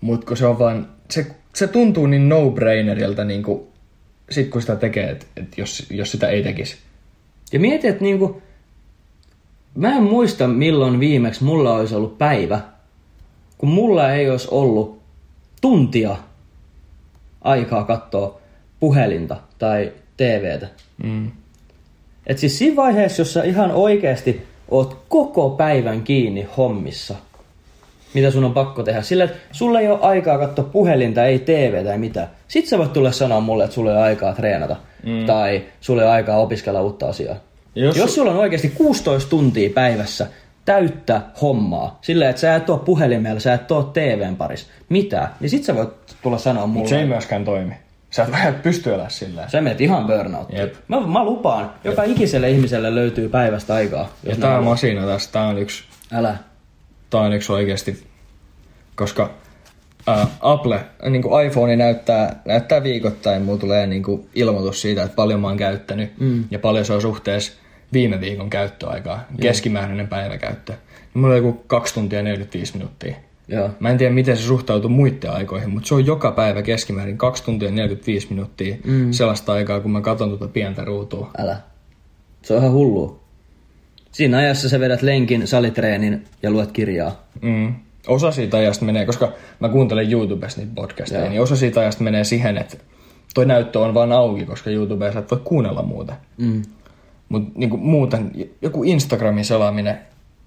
Mutta se on vaan, se, se tuntuu niin no-brainerilta niinku, sit kun sitä tekee, että et jos, jos sitä ei tekisi. Ja mieti, että niinku, mä en muista milloin viimeksi mulla olisi ollut päivä, kun mulla ei olisi ollut tuntia aikaa katsoa puhelinta tai T V:tä. Mm. Et siis siinä vaiheessa, jos sä ihan oikeasti oot koko päivän kiinni hommissa, mitä sun on pakko tehdä, sillä että sulla ei ole aikaa katsoa puhelinta, ei T V:tä, ei mitään. Sit sä voit tulla sanoa mulle, että sulla ei ole aikaa treenata mm. tai sulla ei ole aikaa opiskella uutta asiaa. Jos, jos sulla on oikeasti kuusitoista tuntia päivässä täyttä hommaa, silleen, että sä et oo puhelimella, sä et oo T V:n parissa, mitä, niin sit sä voit tulla sanoa mulle. Mut se ei myöskään toimi. Sä et vähän pysty elää sillä. Sä menet ihan burnouttiin. Mä, mä lupaan, joka Jep. ikiselle ihmiselle löytyy päivästä aikaa. Ja tää masina tässä, tää on yksi... Älä. Tää on yksi oikeesti, koska ää, Apple, niinku iPhone näyttää, näyttää viikoittain, mulla tulee niinku ilmoitus siitä, että paljon mä oon käyttänyt mm. ja paljon se on suhteessa viime viikon käyttöaikaa, keskimääräinen päiväkäyttö. Mulla on joku kaksi tuntia neljäkymmentäviisi minuuttia. Joo. Mä en tiedä, miten se suhtautuu muiden aikoihin, mutta se on joka päivä keskimäärin kaksi tuntia neljäkymmentäviisi minuuttia mm. sellaista aikaa, kun mä katson tuota pientä ruutua. Älä. Se on ihan hullua. Siinä ajassa sä vedät lenkin, salitreenin ja luet kirjaa. Mm. Osa siitä ajasta menee, koska mä kuuntelen YouTubessa niitä podcasteja, Joo. niin osa siitä ajasta menee siihen, että toi näyttö on vaan auki, koska YouTubea sä et voi kuunnella muuta. Mm. Mutta niinku muuten, joku Instagramin selaaminen,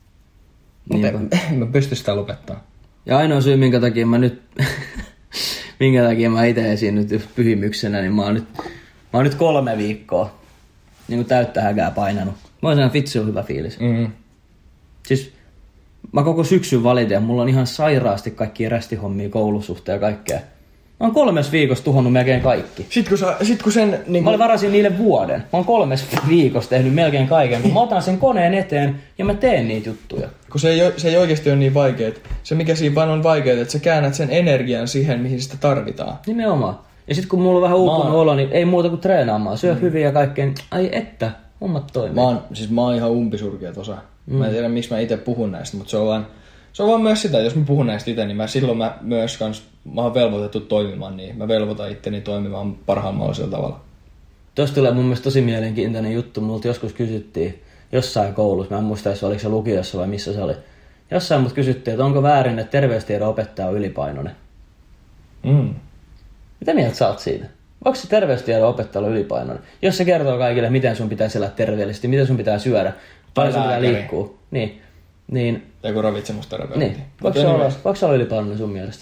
mä pystyn sitä lopettaa. Ja ainoa syy, minkä takia mä nyt, minkä takia mä itse esiin nyt pyhimyksenä, niin mä oon nyt, mä oon nyt kolme viikkoa niin täyttä häkää painanut. Mä oon sehän vitsi on hyvä fiilis. Mm-hmm. Siis mä koko syksyn valitin ja mulla on ihan sairaasti kaikkia rästihommia koulusuhteen ja kaikkea. Mä oon kolmes viikossa tuhonnut melkein kaikki. Sit kun, sä, sit kun sen... Niin mä olin varasin niille vuoden. Mä oon kolmes viikossa tehnyt melkein kaiken, kun mä otan sen koneen eteen ja mä teen niitä juttuja. Kun se ei, se ei oikeesti ole niin vaikeet. Se mikä siinä vaan on vaikeet, että sä käännät sen energian siihen, mihin sitä tarvitaan. Nimenomaan. Ja sit kun mulla on vähän uupunut oon... olo, niin ei muuta kuin treenaamaan. Syö mm. hyvin ja kaikkeen. Ai että, hommat toimii. Mä oon, siis mä oon ihan umpisurkea tosa. Mm. Mä en tiedä miksi mä ite puhun näistä, mutta se on vaan... Se on vaan myös sitä, että jos mä puhun näistä itse, niin mä, silloin mä myös kans, mä oon velvoitettu toimimaan niin. Mä velvoitan itteni toimimaan parhaalla mahdollisella tavalla. Tuossa tulee mun mielestä tosi mielenkiintoinen juttu. Multa joskus kysyttiin jossain koulussa, mä en muista, jos oliko se lukiossa vai missä se oli. Jossain mut kysyttiin, että onko väärin, että terveystiedon opettaja on ylipainoinen. Mm. Mitä mieltä sä oot siitä? Onko se terveystiedon opettaja on ylipainoinen? Jos se kertoo kaikille, miten sun pitäisi elää terveellisesti, miten sun pitää syödä, paljon sun pitää liikkua. Niin. Niin, joku ravitsemusterapeutti. Niin. Voiko se, olla, voiko se olla ylipainoinen sun mielestä?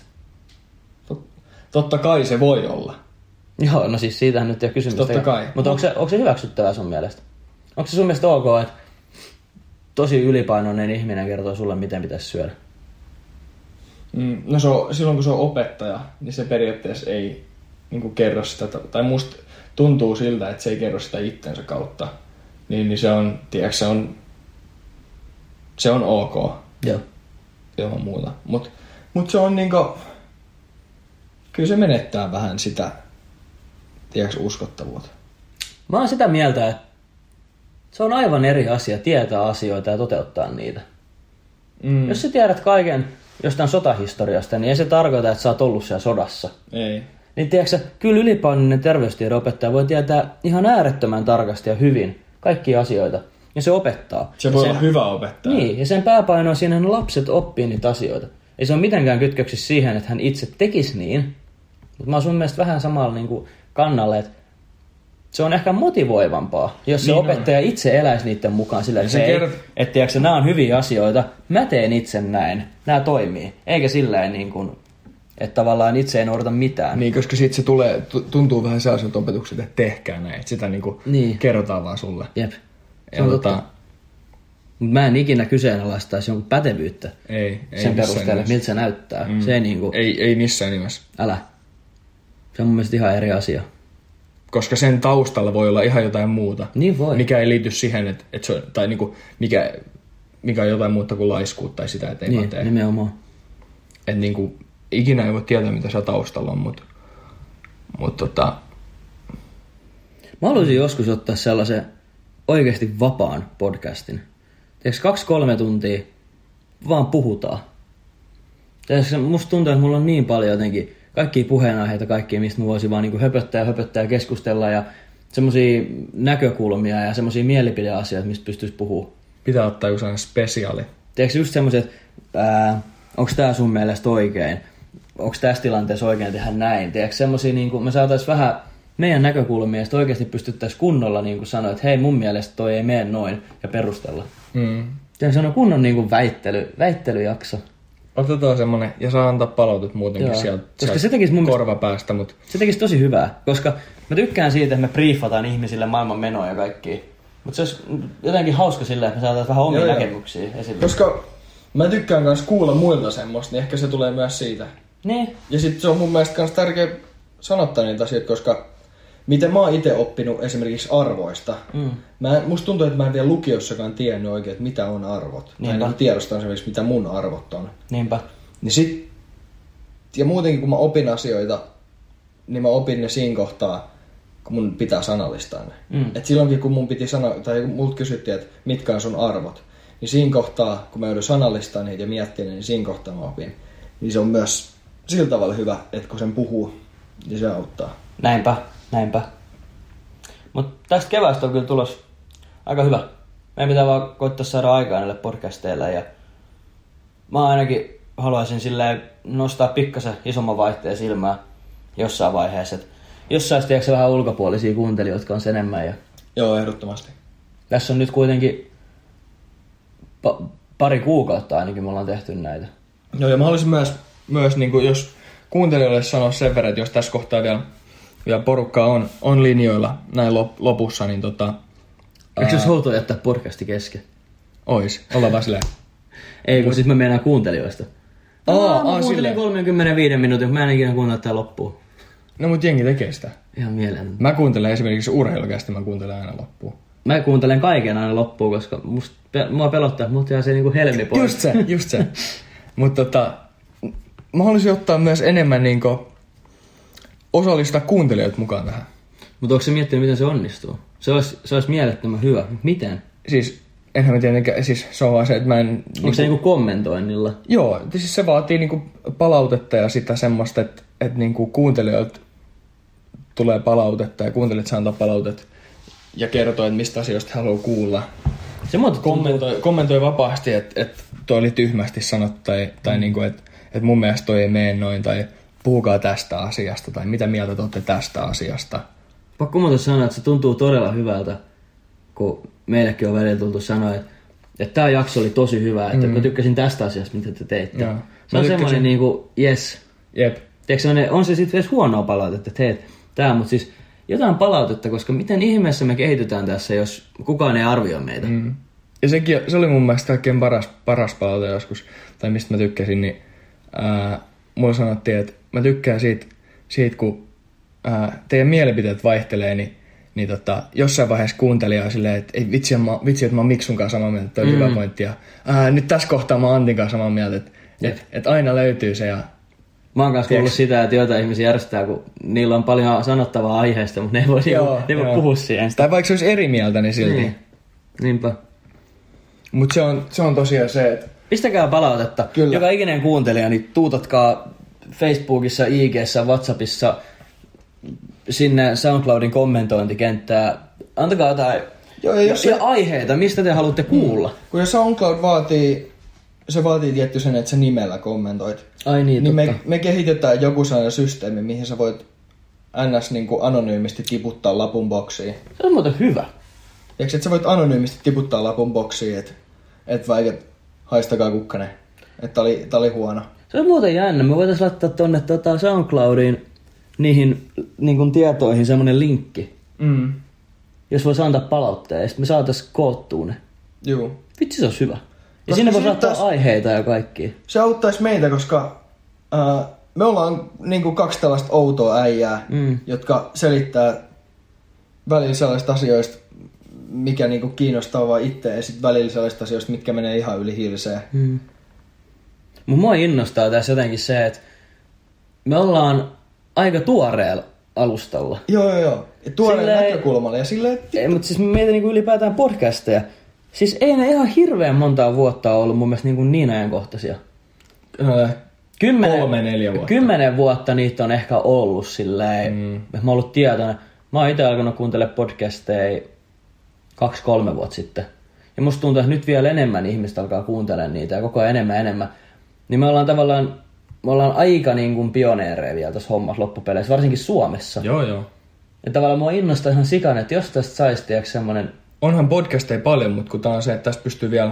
Totta kai se voi olla. Joo, no siis siitähän nyt ei ole kysymystä. Totta kai. Mutta onko se, onko se hyväksyttävää sun mielestä? Onko se sun mielestä ok, että tosi ylipainoinen ihminen kertoo sulle, miten pitäisi syödä? Mm, no se on, silloin kun se on opettaja, niin se periaatteessa ei niin kuin kerro sitä, tai musta tuntuu siltä, että se ei kerro sitä itsensä kautta. Niin, niin se on, tiedätkö, se on... Se on ok. Joo. Ilman muuta. Mut, mut se on niinku... Kyllä se menettää vähän sitä, tiedätkö, uskottavuutta. Mä oon sitä mieltä, että se on aivan eri asia tietää asioita ja toteuttaa niitä. Mm. Jos sä tiedät kaiken jostain sotahistoriasta, niin ei se tarkoita, että sä oot ollut siellä sodassa. Ei. Niin tiedätkö, kyllä ylipainoinen terveystiedon opettaja voi tietää ihan äärettömän tarkasti ja hyvin kaikkia asioita. Ja se opettaa. Se voi sen, olla hyvä opettaja. Niin, ja sen pääpaino on siinä, että lapset oppii niitä asioita. Ei se ole mitenkään kytköksissä siihen, että hän itse tekisi niin. Mutta mä oon sun mielestä vähän samalla niin kuin kannalle, että se on ehkä motivoivampaa, jos se niin opettaja on. Itse eläisi niiden mukaan sillä, että, se kert... että tiiäksä, nämä on hyviä asioita, mä teen itse näin, nämä toimii. Eikä sillä niin kuin, että tavallaan itse ei noudata mitään. Niin, koska sitten se tulee, tuntuu vähän sellaiselta opetukselta, että tehkää näin, että sitä niin kuin niin. kerrotaan vaan sulle. Jep. Se on totta. Mutta mä en ikinä kyseenalaistaisi jonkun pätevyyttä ei, ei sen perusteella, miltä se näyttää. Mm. Se ei, niinku... ei, ei missään nimessä. Älä. Se on mun mielestä ihan eri asia. Koska sen taustalla voi olla ihan jotain muuta. Niin voi. Mikä ei liity siihen, että, että se on, tai niinku, mikä, mikä on jotain muuta kuin laiskuutta tai sitä, että ei niin, vaan tee. Nimenomaan. Että niinku, ikinä ei voi tietää, mitä se taustalla on, mutta mut, tota... Mä haluaisin joskus ottaa sellaisen oikeasti vapaan podcastin. Tiedätkö, kaksi kolme tuntia vaan puhutaan. Tässä musta tuntuu, että mulla on niin paljon jotenkin kaikkia puheenaiheita, kaikkia, mistä mä voisin vaan niin höpöttää ja höpöttää ja keskustella ja semmosia näkökulmia ja semmosia mielipideasioita, mistä pystyisi puhumaan. Pitää ottaa joku sellainen spesiaali. Tiedätkö just semmoset, ää, onks tää sun mielestä oikein? Onks tässä tilanteessa oikein tehdä näin? Tiedätkö semmosia, niin kuin me saatais vähän meidän näkökulmia, ja oikeasti pystyttäisiin kunnolla niin kuin sanoa, että hei, mun mielestä toi ei mene noin, ja perustella. Mm. Se on kunnon niin kuin väittely, väittelyjakso. Otetaan semmonen, ja saa antaa palautet muutenkin Joo. sieltä, Koska sieltä se mun korvapäästä. Mut... Se tekisi tosi hyvää, koska mä tykkään siitä, että me briefataan ihmisille maailman menoja ja kaikkia. Mutta se olisi jotenkin hauska silleen, että me saataisiin vähän omia joo, näkemyksiä joo. esille. Koska mä tykkään myös kuulla muilta semmoista, niin ehkä se tulee myös siitä. Niin. Ja sitten se on mun mielestä myös tärkeä sanottaa niitä asioita, koska miten mä oon itse oppinut esimerkiksi arvoista. Mm. Mä, musta tuntuu, että mä en vielä lukiossakaan tiennyt oikein, että mitä on arvot. Niinpä. Mä en tiedostaa esimerkiksi, mitä mun arvot on. Niinpä. Niin sit, ja muutenkin kun mä opin asioita, niin mä opin ne siinä kohtaa, kun mun pitää sanallistaa ne. Mm. Et silloinkin kun mun piti sanoa, tai multa kysyttiin, että mitkä on sun arvot, niin siinä kohtaa, kun mä joudun sanallistaa niitä ja miettiä ne, niin siinä kohtaa mä opin. Niin se on myös sillä tavalla hyvä, että kun sen puhuu, niin se auttaa. Näinpä, näinpä. Mutta tästä keväästä on kyllä tulos aika hyvä. Meidän pitää vaan koittaa saada aikaa näille podcasteille. Ja mä ainakin haluaisin silleen nostaa pikkasen isomman vaihteen silmää jossain vaiheessa. Et jos saisi tiedätkö vähän ulkopuolisia kuuntelijoita, jotka on sen enemmän. Ja joo, ehdottomasti. Tässä on nyt kuitenkin pa- pari kuukautta ainakin me ollaan tehty näitä. Joo, ja mä haluaisin myös, myös niin kuin jos kuuntelijoille sanoa sen verran, että jos tässä kohtaa vielä, vielä porukkaa on, on linjoilla näin lop, lopussa, niin tota... Eikö jos outoa jättää podcasti kesken? Ois, ollaan vaan silleen. Ei, kun siis mä meinaan kuuntelijoista. Aa, Aa, aa, mä kuuntelin silleen. kolmekymmentäviisi minuutin, mä en ikinä kuuntele tää loppuun. No mut jengi tekee sitä. Ihan mieleen. Mä kuuntelen esimerkiksi urheilukästi, mä kuuntelen aina loppuun. Mä kuuntelen kaiken aina loppuun, koska musta, pe- mua pelottaa, mutta jää se niinku helmi pois. Just se, just se. Mut tota, mä haluaisin ottaa myös enemmän niinku osallistaa kuuntelijoita mukaan tähän. Mutta onko se miettinyt, miten se onnistuu? Se olisi, se olisi mielettömän hyvä. Miten? Siis, enhän mä tiedä, siis se on vaan se, että mä en... Onko niinku, se niinku kommentoinnilla? Joo, siis se vaatii niinku palautetta ja sitä semmoista, että, että niinku kuuntelijoilta tulee palautetta ja kuuntelijat saa antaa palautetta ja kertoo, että mistä asioista haluaa kuulla. Se muuta Kommentoi, kommentoi vapaasti, että, että toi oli tyhmästi sanottu tai, tai mm. niinku, että, että mun mielestä toi ei mene noin tai puhukaa tästä asiasta tai mitä mieltä te olette tästä asiasta. Pakko muuta sanoa, että se tuntuu todella hyvältä, kun meillekin on välillä tultu sanoa, että, että tämä jakso oli tosi hyvä, että mm. mä tykkäsin tästä asiasta, mitä te teitte. Joo. Se on tykkäsin... semmoinen niinku, yes. Jep. Tiedätkö, on se sitten edes huonoa palautetta, että hei, tää, mutta siis jotain palautetta, koska miten ihmeessä me kehitytään tässä, jos kukaan ei arvioi meitä. Mm. Ja sekin, se oli mun mielestä kaikkein paras, paras palaute joskus, tai mistä mä tykkäsin, niin ää, mulla sanottiin, että mä tykkään siitä, siitä kun ää, teidän mielipiteet vaihtelee, niin, niin tota, jossain vaiheessa kuuntelija on silleen, että ei vitsi, mä, vitsi että mä oon Miksun kanssa samaa mieltä, että on mm. hyvä pointti. Ja, ää, nyt tässä kohtaa mä oon Antin kanssa samaa mieltä, että et, et aina löytyy se. Ja, mä oon kanssa kuullut sitä, että joita ihmisiä järjestää, kun niillä on paljon sanottavaa aiheesta, mutta ne ei voi, joo, ne voi puhua siihen. Tai vaikka se olisi eri mieltä, niin silti. Niin. Niinpä. Mutta se on, se on tosiaan se, että... Pistäkää palautetta. Kyllä. Joka ikinen kuuntelija, niin tuutatkaa Facebookissa, I G:ssä, WhatsAppissa sinne SoundCloudin kommentointikenttään. Antakaa jotain joo, ja, jos ja se... aiheita, mistä te haluatte kuulla. Hmm. Kun jos SoundCloud vaatii, se vaatii tietty sen, että sä nimellä kommentoit. Ai niin, niin totta. me, me kehitetään joku sellainen systeemi, mihin sä voit ns. Niin kuin anonyymisti tiputtaa lapun boksiin. Se on muuten hyvä. Eikö, että sä voit anonyymisti tiputtaa lapun boksiin, että et vaikka et haistakaa kukkanen, että tää oli, tää oli huono. Se on muuten jännä. Me voitais laittaa tonne tota SoundCloudiin niihin niin kuin tietoihin semmonen linkki. Mm. Jos vois antaa palautteen ja sit me saatais koottua ne. Juu. Vitsi, se olisi hyvä. Ja koska sinne vois laittaa taas... aiheita ja kaikkia. Se auttaisi meitä, koska äh, me ollaan niin kuin kaksi tällaista outoa äijää, mm. jotka selittää välillä sellaisista asioista, mikä niinku kiinnostaa vaan itse, ja sitten välillä sellaisista asioista, mitkä menee ihan yli hilseen. Mm. Mut mua innostaa tässä jotenkin se, että me ollaan aika tuoreella alustalla. Joo, joo, joo. Ja tuoreen silleen... näkökulmalla. Ja silleen, ei, mutta siis meitä niinku ylipäätään podcasteja. Siis ei ne ihan hirveän montaa vuotta ollut mun mielestä niinku niin ajankohtaisia. Öö, Kymmenen, Kolme, neljä vuotta. Kymmenen vuotta niitä on ehkä ollut silleen, mm. että mä oon ollut tietoinen. Mä oon itse alkanut kuuntelemaan podcasteja kaksi, kolme vuotta sitten. Ja musta tuntuu, että nyt vielä enemmän ihmistä alkaa kuuntelemaan niitä ja koko ajan enemmän enemmän. Niin me ollaan tavallaan, me ollaan aika niin kuin pioneereja vielä tässä hommassa loppupeleissä, varsinkin Suomessa. Joo, joo. Ja tavallaan mua innostaa ihan sikana, että jos tästä saisi tiedätkö semmonen... Onhan podcasteja paljon, mutta kun tää on se, että tästä pystyy vielä...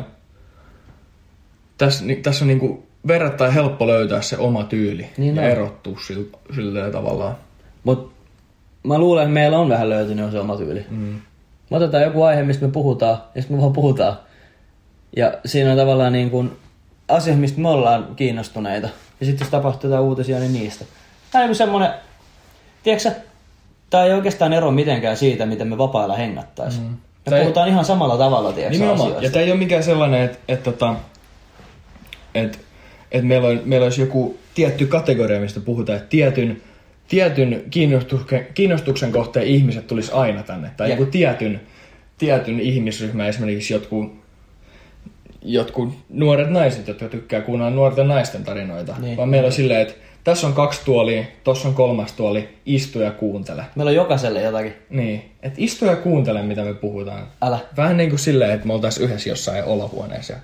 Tässä, tässä on niinku verrattain helppo löytää se oma tyyli niin ja on. Erottua sillä, sillä tavallaan. Mut mä luulen, että meillä on vähän löytynyt se oma tyyli. Mm. Me otetaan joku aihe, mistä me puhutaan, ja sitten me vaan puhutaan. Ja siinä on tavallaan niin kuin asia, mistä me ollaan kiinnostuneita. Ja sitten jos tapahtuu jotain uutisia, niin niistä. Tämä on niin semmoinen, tiedätkö tämä ei oikeastaan ero mitenkään siitä, miten me vapailla hengattaisiin. Mm. Me tämä puhutaan ei... ihan samalla tavalla, tiedätkö asioista. Ja tämä ei ole mikään sellainen, että et, tota, et, et meillä, on, meillä olisi joku tietty kategoria, mistä puhutaan, että tietyn, tietyn kiinnostuksen, kiinnostuksen kohteen ihmiset tulisi aina tänne. Tai joku tietyn, tietyn ihmisryhmä, esimerkiksi jotkut, jotkut nuoret naiset, jotka tykkää kuunnella nuorten naisten tarinoita. Niin. Vaan meillä on silleen, että tässä on kaksi tuolia, tossa on kolmas tuoli, istu ja kuuntele. Meillä on jokaiselle jotakin. Niin, että istu ja kuuntele, mitä me puhutaan. Älä. Vähän niin kuin silleen, että me oltaisiin yhdessä jossain olohuoneessa.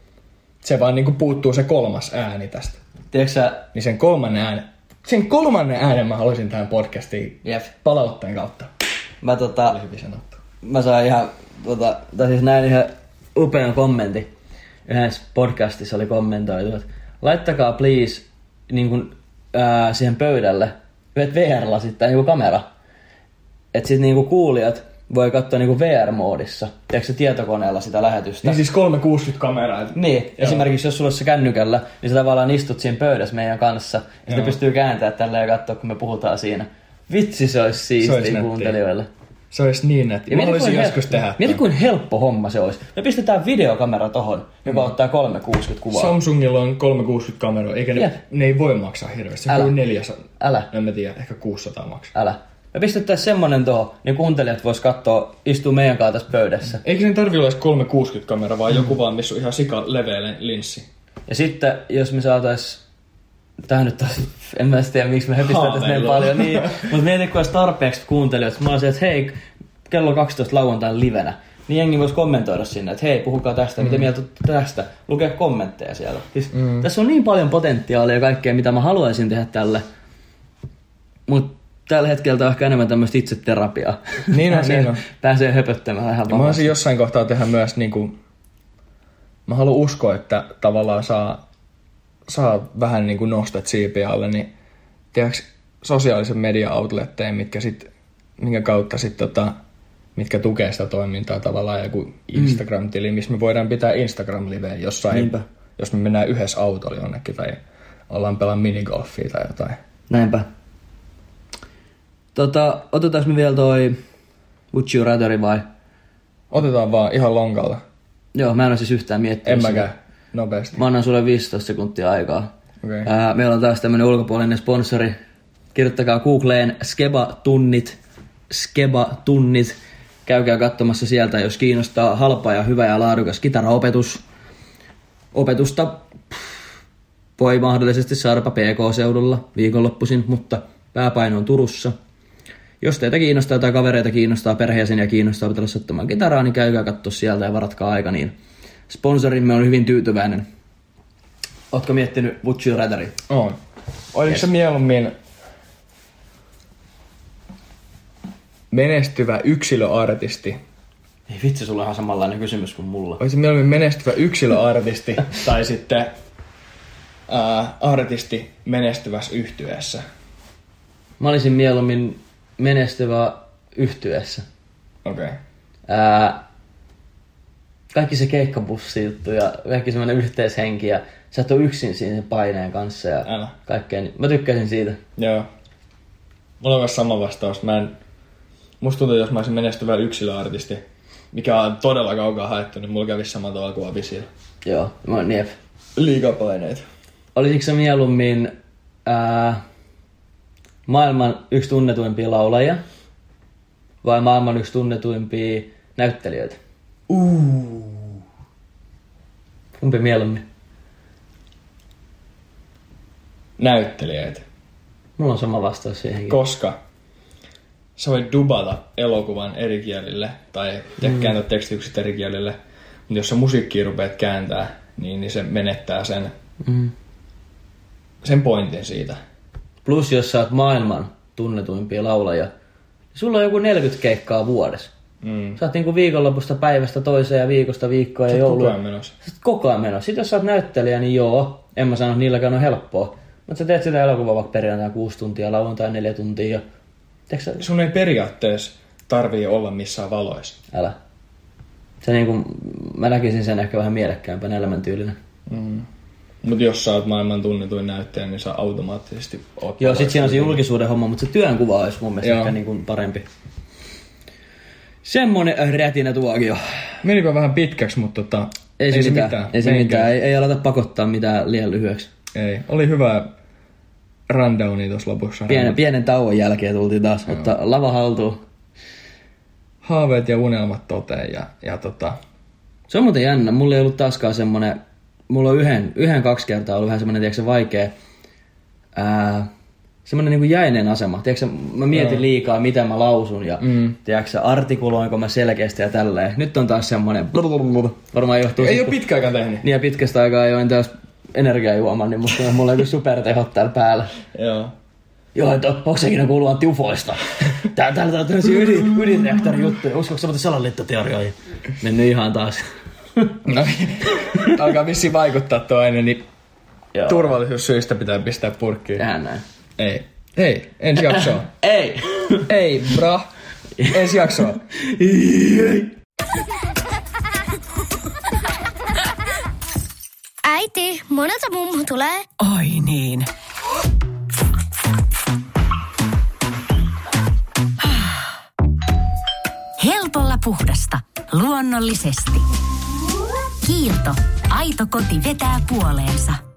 Se vaan niin kuin puuttuu se kolmas ääni tästä. Tiedätkö sä... Niin sen kolmannen äänen, sen kolmannen äänen mä haluaisin tähän podcastiin Jep. palautteen kautta. Mä tota... Oli hyvin sanottu. Mä sain ihan, tota, tai siis näin ihan upean kommentin. Yhdessä podcastissa oli kommentoitu, että laittakaa please niin kuin, ää, siihen pöydälle yhdet V R-lasit tai niin kamera. Että sit niin kuulijat voi katsoa niin V R-moodissa. Tiedätkö tietokoneella sitä lähetystä? Niin siis kolmesataakuusikymmentä kameraa. Niin, joo. Esimerkiksi jos sulla olisi se kännykällä, niin sä tavallaan istut siinä pöydässä meidän kanssa. Ja joo. Sitä pystyy kääntämään tälleen ja katsoa, kun me puhutaan siinä. Vitsi, se olisi siistiä kuuntelijoille. Se olisi niin nätti. Mä haluaisin joskus hel- tehdä. Mieti kuin helppo homma se olisi. Me pistetään videokamera tohon, joka mm. ottaa kolmesataakuusikymmentä kuvaa. Samsungilla on kolmesataakuusikymmentä kameraa, eikä ne, ne ei voi maksaa hirveästi. Se on neljäsataa. Älä. En mä tiedä, ehkä kuusisataa maksaa. Älä. Me pistettäisiin semmonen tohon, niin kuuntelijat vois katsoa, istuu meidän kanssa tässä pöydässä. Eikä sen tarvitse olla kolmesataakuusikymmentä kamera, vaan mm. joku vaan, missä on ihan sika leveä linssi. Ja sitten, jos me saatais... Tää nyt taas, en mä tiedä miksi me höpistetään tässä näin paljon, niin, mutta mietin, kun olisi tarpeeksi kuuntelijoita, mä olisin, että hei, kello kaksitoista lauantain livenä, niin jengi voisi kommentoida sinne, että hei, puhukaa tästä, mm. mitä mieltä tästä, lukea kommentteja siellä. Siis, mm. Tässä on niin paljon potentiaalia ja kaikkea, mitä mä haluaisin tehdä tälle, mutta tällä hetkellä on ehkä enemmän tämmöistä itseterapiaa. Niin on, niin on. Pääsee höpöttämään ihan vapaasti. Mä haluaisin jossain kohtaa tehdä myös, niin kuin, mä haluan uskoa, että tavallaan saa, saa vähän niin kuin nostat siipiä alle, niin tiedätkö, sosiaalisen media-outletteja, mitkä sit, minkä kautta sit tota, mitkä tukee sitä toimintaa tavallaan joku Instagram-tili, missä me voidaan pitää Instagram-liveä jossain, Niinpä. Jos me mennään yhdessä autolla jonnekin tai ollaan pelaa minigolfia tai jotain. Näinpä. Tota, otetaanko me vielä toi Would You Rather vai? Otetaan vaan ihan lonkalla. Joo, mä en ole siis yhtään miettinyt. En mäkään, nopeasti. Mä annan sulle viisitoista sekuntia aikaa. Okay. Ää, meillä on taas tämmönen ulkopuolinen sponsori. Kirjoittakaa Googleen Skeba-tunnit. Skeba-tunnit. Käykää katsomassa sieltä, jos kiinnostaa halpa ja hyvä ja laadukas kitaraopetus. Opetusta voi mahdollisesti saada P K-seudulla viikonloppuisin, mutta pääpaino on Turussa. Jos teitä kiinnostaa tai kavereita kiinnostaa, perheenjäseniä kiinnostaa opetella soittamaan kitaraa, niin käykää katsoa sieltä ja varatkaa aika, niin sponsorimme on hyvin tyytyväinen. Ootko miettinyt Would You Rather? On. Oliko yes. se mieluummin menestyvä yksilöartisti? Ei vitsi, sulla on ihan samanlainen kysymys kuin mulla. Oliko se mieluummin menestyvä yksilöartisti tai sitten ää, artisti menestyvässä yhtyeessä? Mä olisin mieluummin menestyvä yhtyeessä. Okei. Okay. Kaikki se keikkabussi juttu ja kaikki semmoinen yhteishenki ja sä et ole yksin siinä sen paineen kanssa ja Älä. kaikkea. Mä tykkäsin siitä. Joo. Mulla on myös sama vastaus. Mä en... Musta tuntuu, että jos mä olisin menestyvä yksilöartisti, mikä on todella kaukaa haettu, niin mulla kävisi samalla tavalla kuin Avisilla. Joo, mä oon niep. Liikapaineet. Olisitko sä mieluummin ää, maailman yksi tunnetuimpia laulajia vai maailman yksi tunnetuimpia näyttelijöitä? Uh. Kumpi mieluummin? näyttelijöitä. Mulla on sama vastaus siihenkin. Koska sä voit dubata elokuvan eri kielille tai mm. kääntää tekstitykset eri kielille. Mutta jos sä musiikkia rupeat kääntää, niin, niin se menettää sen, mm. sen pointin siitä. Plus jos sä oot maailman tunnetuimpia laulajia, sulla on joku neljäkymmentä keikkaa vuodessa. Mm. Sä oot niinku viikonlopusta päivästä toiseen ja viikosta viikkoon ja joulua. Koko ajan menossa. Sä oot koko ajan menossa. Sitten jos sä oot näyttelijä, niin joo, en mä sano, että niilläkään on helppoa. Mutta sä teet sitä elokuvaa vaikka perjantai kuusi tuntia, lauantai neljä tuntia. Ja... Sä... Sun ei periaatteessa tarvii olla missään valoissa. Älä. Se niinku, mä näkisin sen ehkä vähän mielekkäämpänä elämäntyylinen. Mm. Mutta jos sä oot maailman tunnetuin näyttelijä, niin sä automaattisesti oot... Joo, sit siinä on se julkisuuden homma, mutta se työnkuva olisi mun mielestä ehkä niinku parempi. Semmonen rätinä tuokio. Menipä vähän pitkäksi, mutta tota, ei, ei se mitään. mitään. Ei se mitään. Ei, ei aleta pakottaa mitään liian lyhyeksi. Ei. Oli hyvä rundowni tuossa lopussa. Pienen, pienen tauon jälkeen tultiin taas, Joo. mutta lava haltuu. Haaveet ja unelmat toteen ja, ja tota... Se on muuten jännä. Mulla ei ollut taaskaan semmonen... Mulla on yhden, yhden kaksi kertaa ollut vähän semmonen, tiedätkö, vaikea... Ää, semmoinen niin kuin jäinen asema. Tiedätkö, mä mietin Joo. liikaa, mitä mä lausun ja mm. tiedätkö, artikuloinko mä selkeästi ja tälleen. Nyt on taas semmoinen... Varmaan johtuu... Ei sit, ole pitkä aikaa tehnyt. Niin ja pitkästä aikaa ei ole taas energiajuoma, niin musta mulla on joku supertehot täällä päällä. Joo. Joo, että onko se ikinä kuulua tiufoista? Täällä on tämmöisiä ydin, ydinreaktorin juttuja. Uskoiko sä muuten salaliittoteorioihin? Mennyt ihan taas. No, alkaa vissiin vaikuttaa tuo aina, niin Joo. turvallisuussyistä pitää pistää purkkiin. Tehdään näin. Ei. Ei, ensi jaksoa. Ei. Ei, bra. Ensi jaksoa. Äiti, monelta mummu tulee? Oi niin. Helpolla puhdasta. Luonnollisesti. Kiilto. Aito koti vetää puoleensa.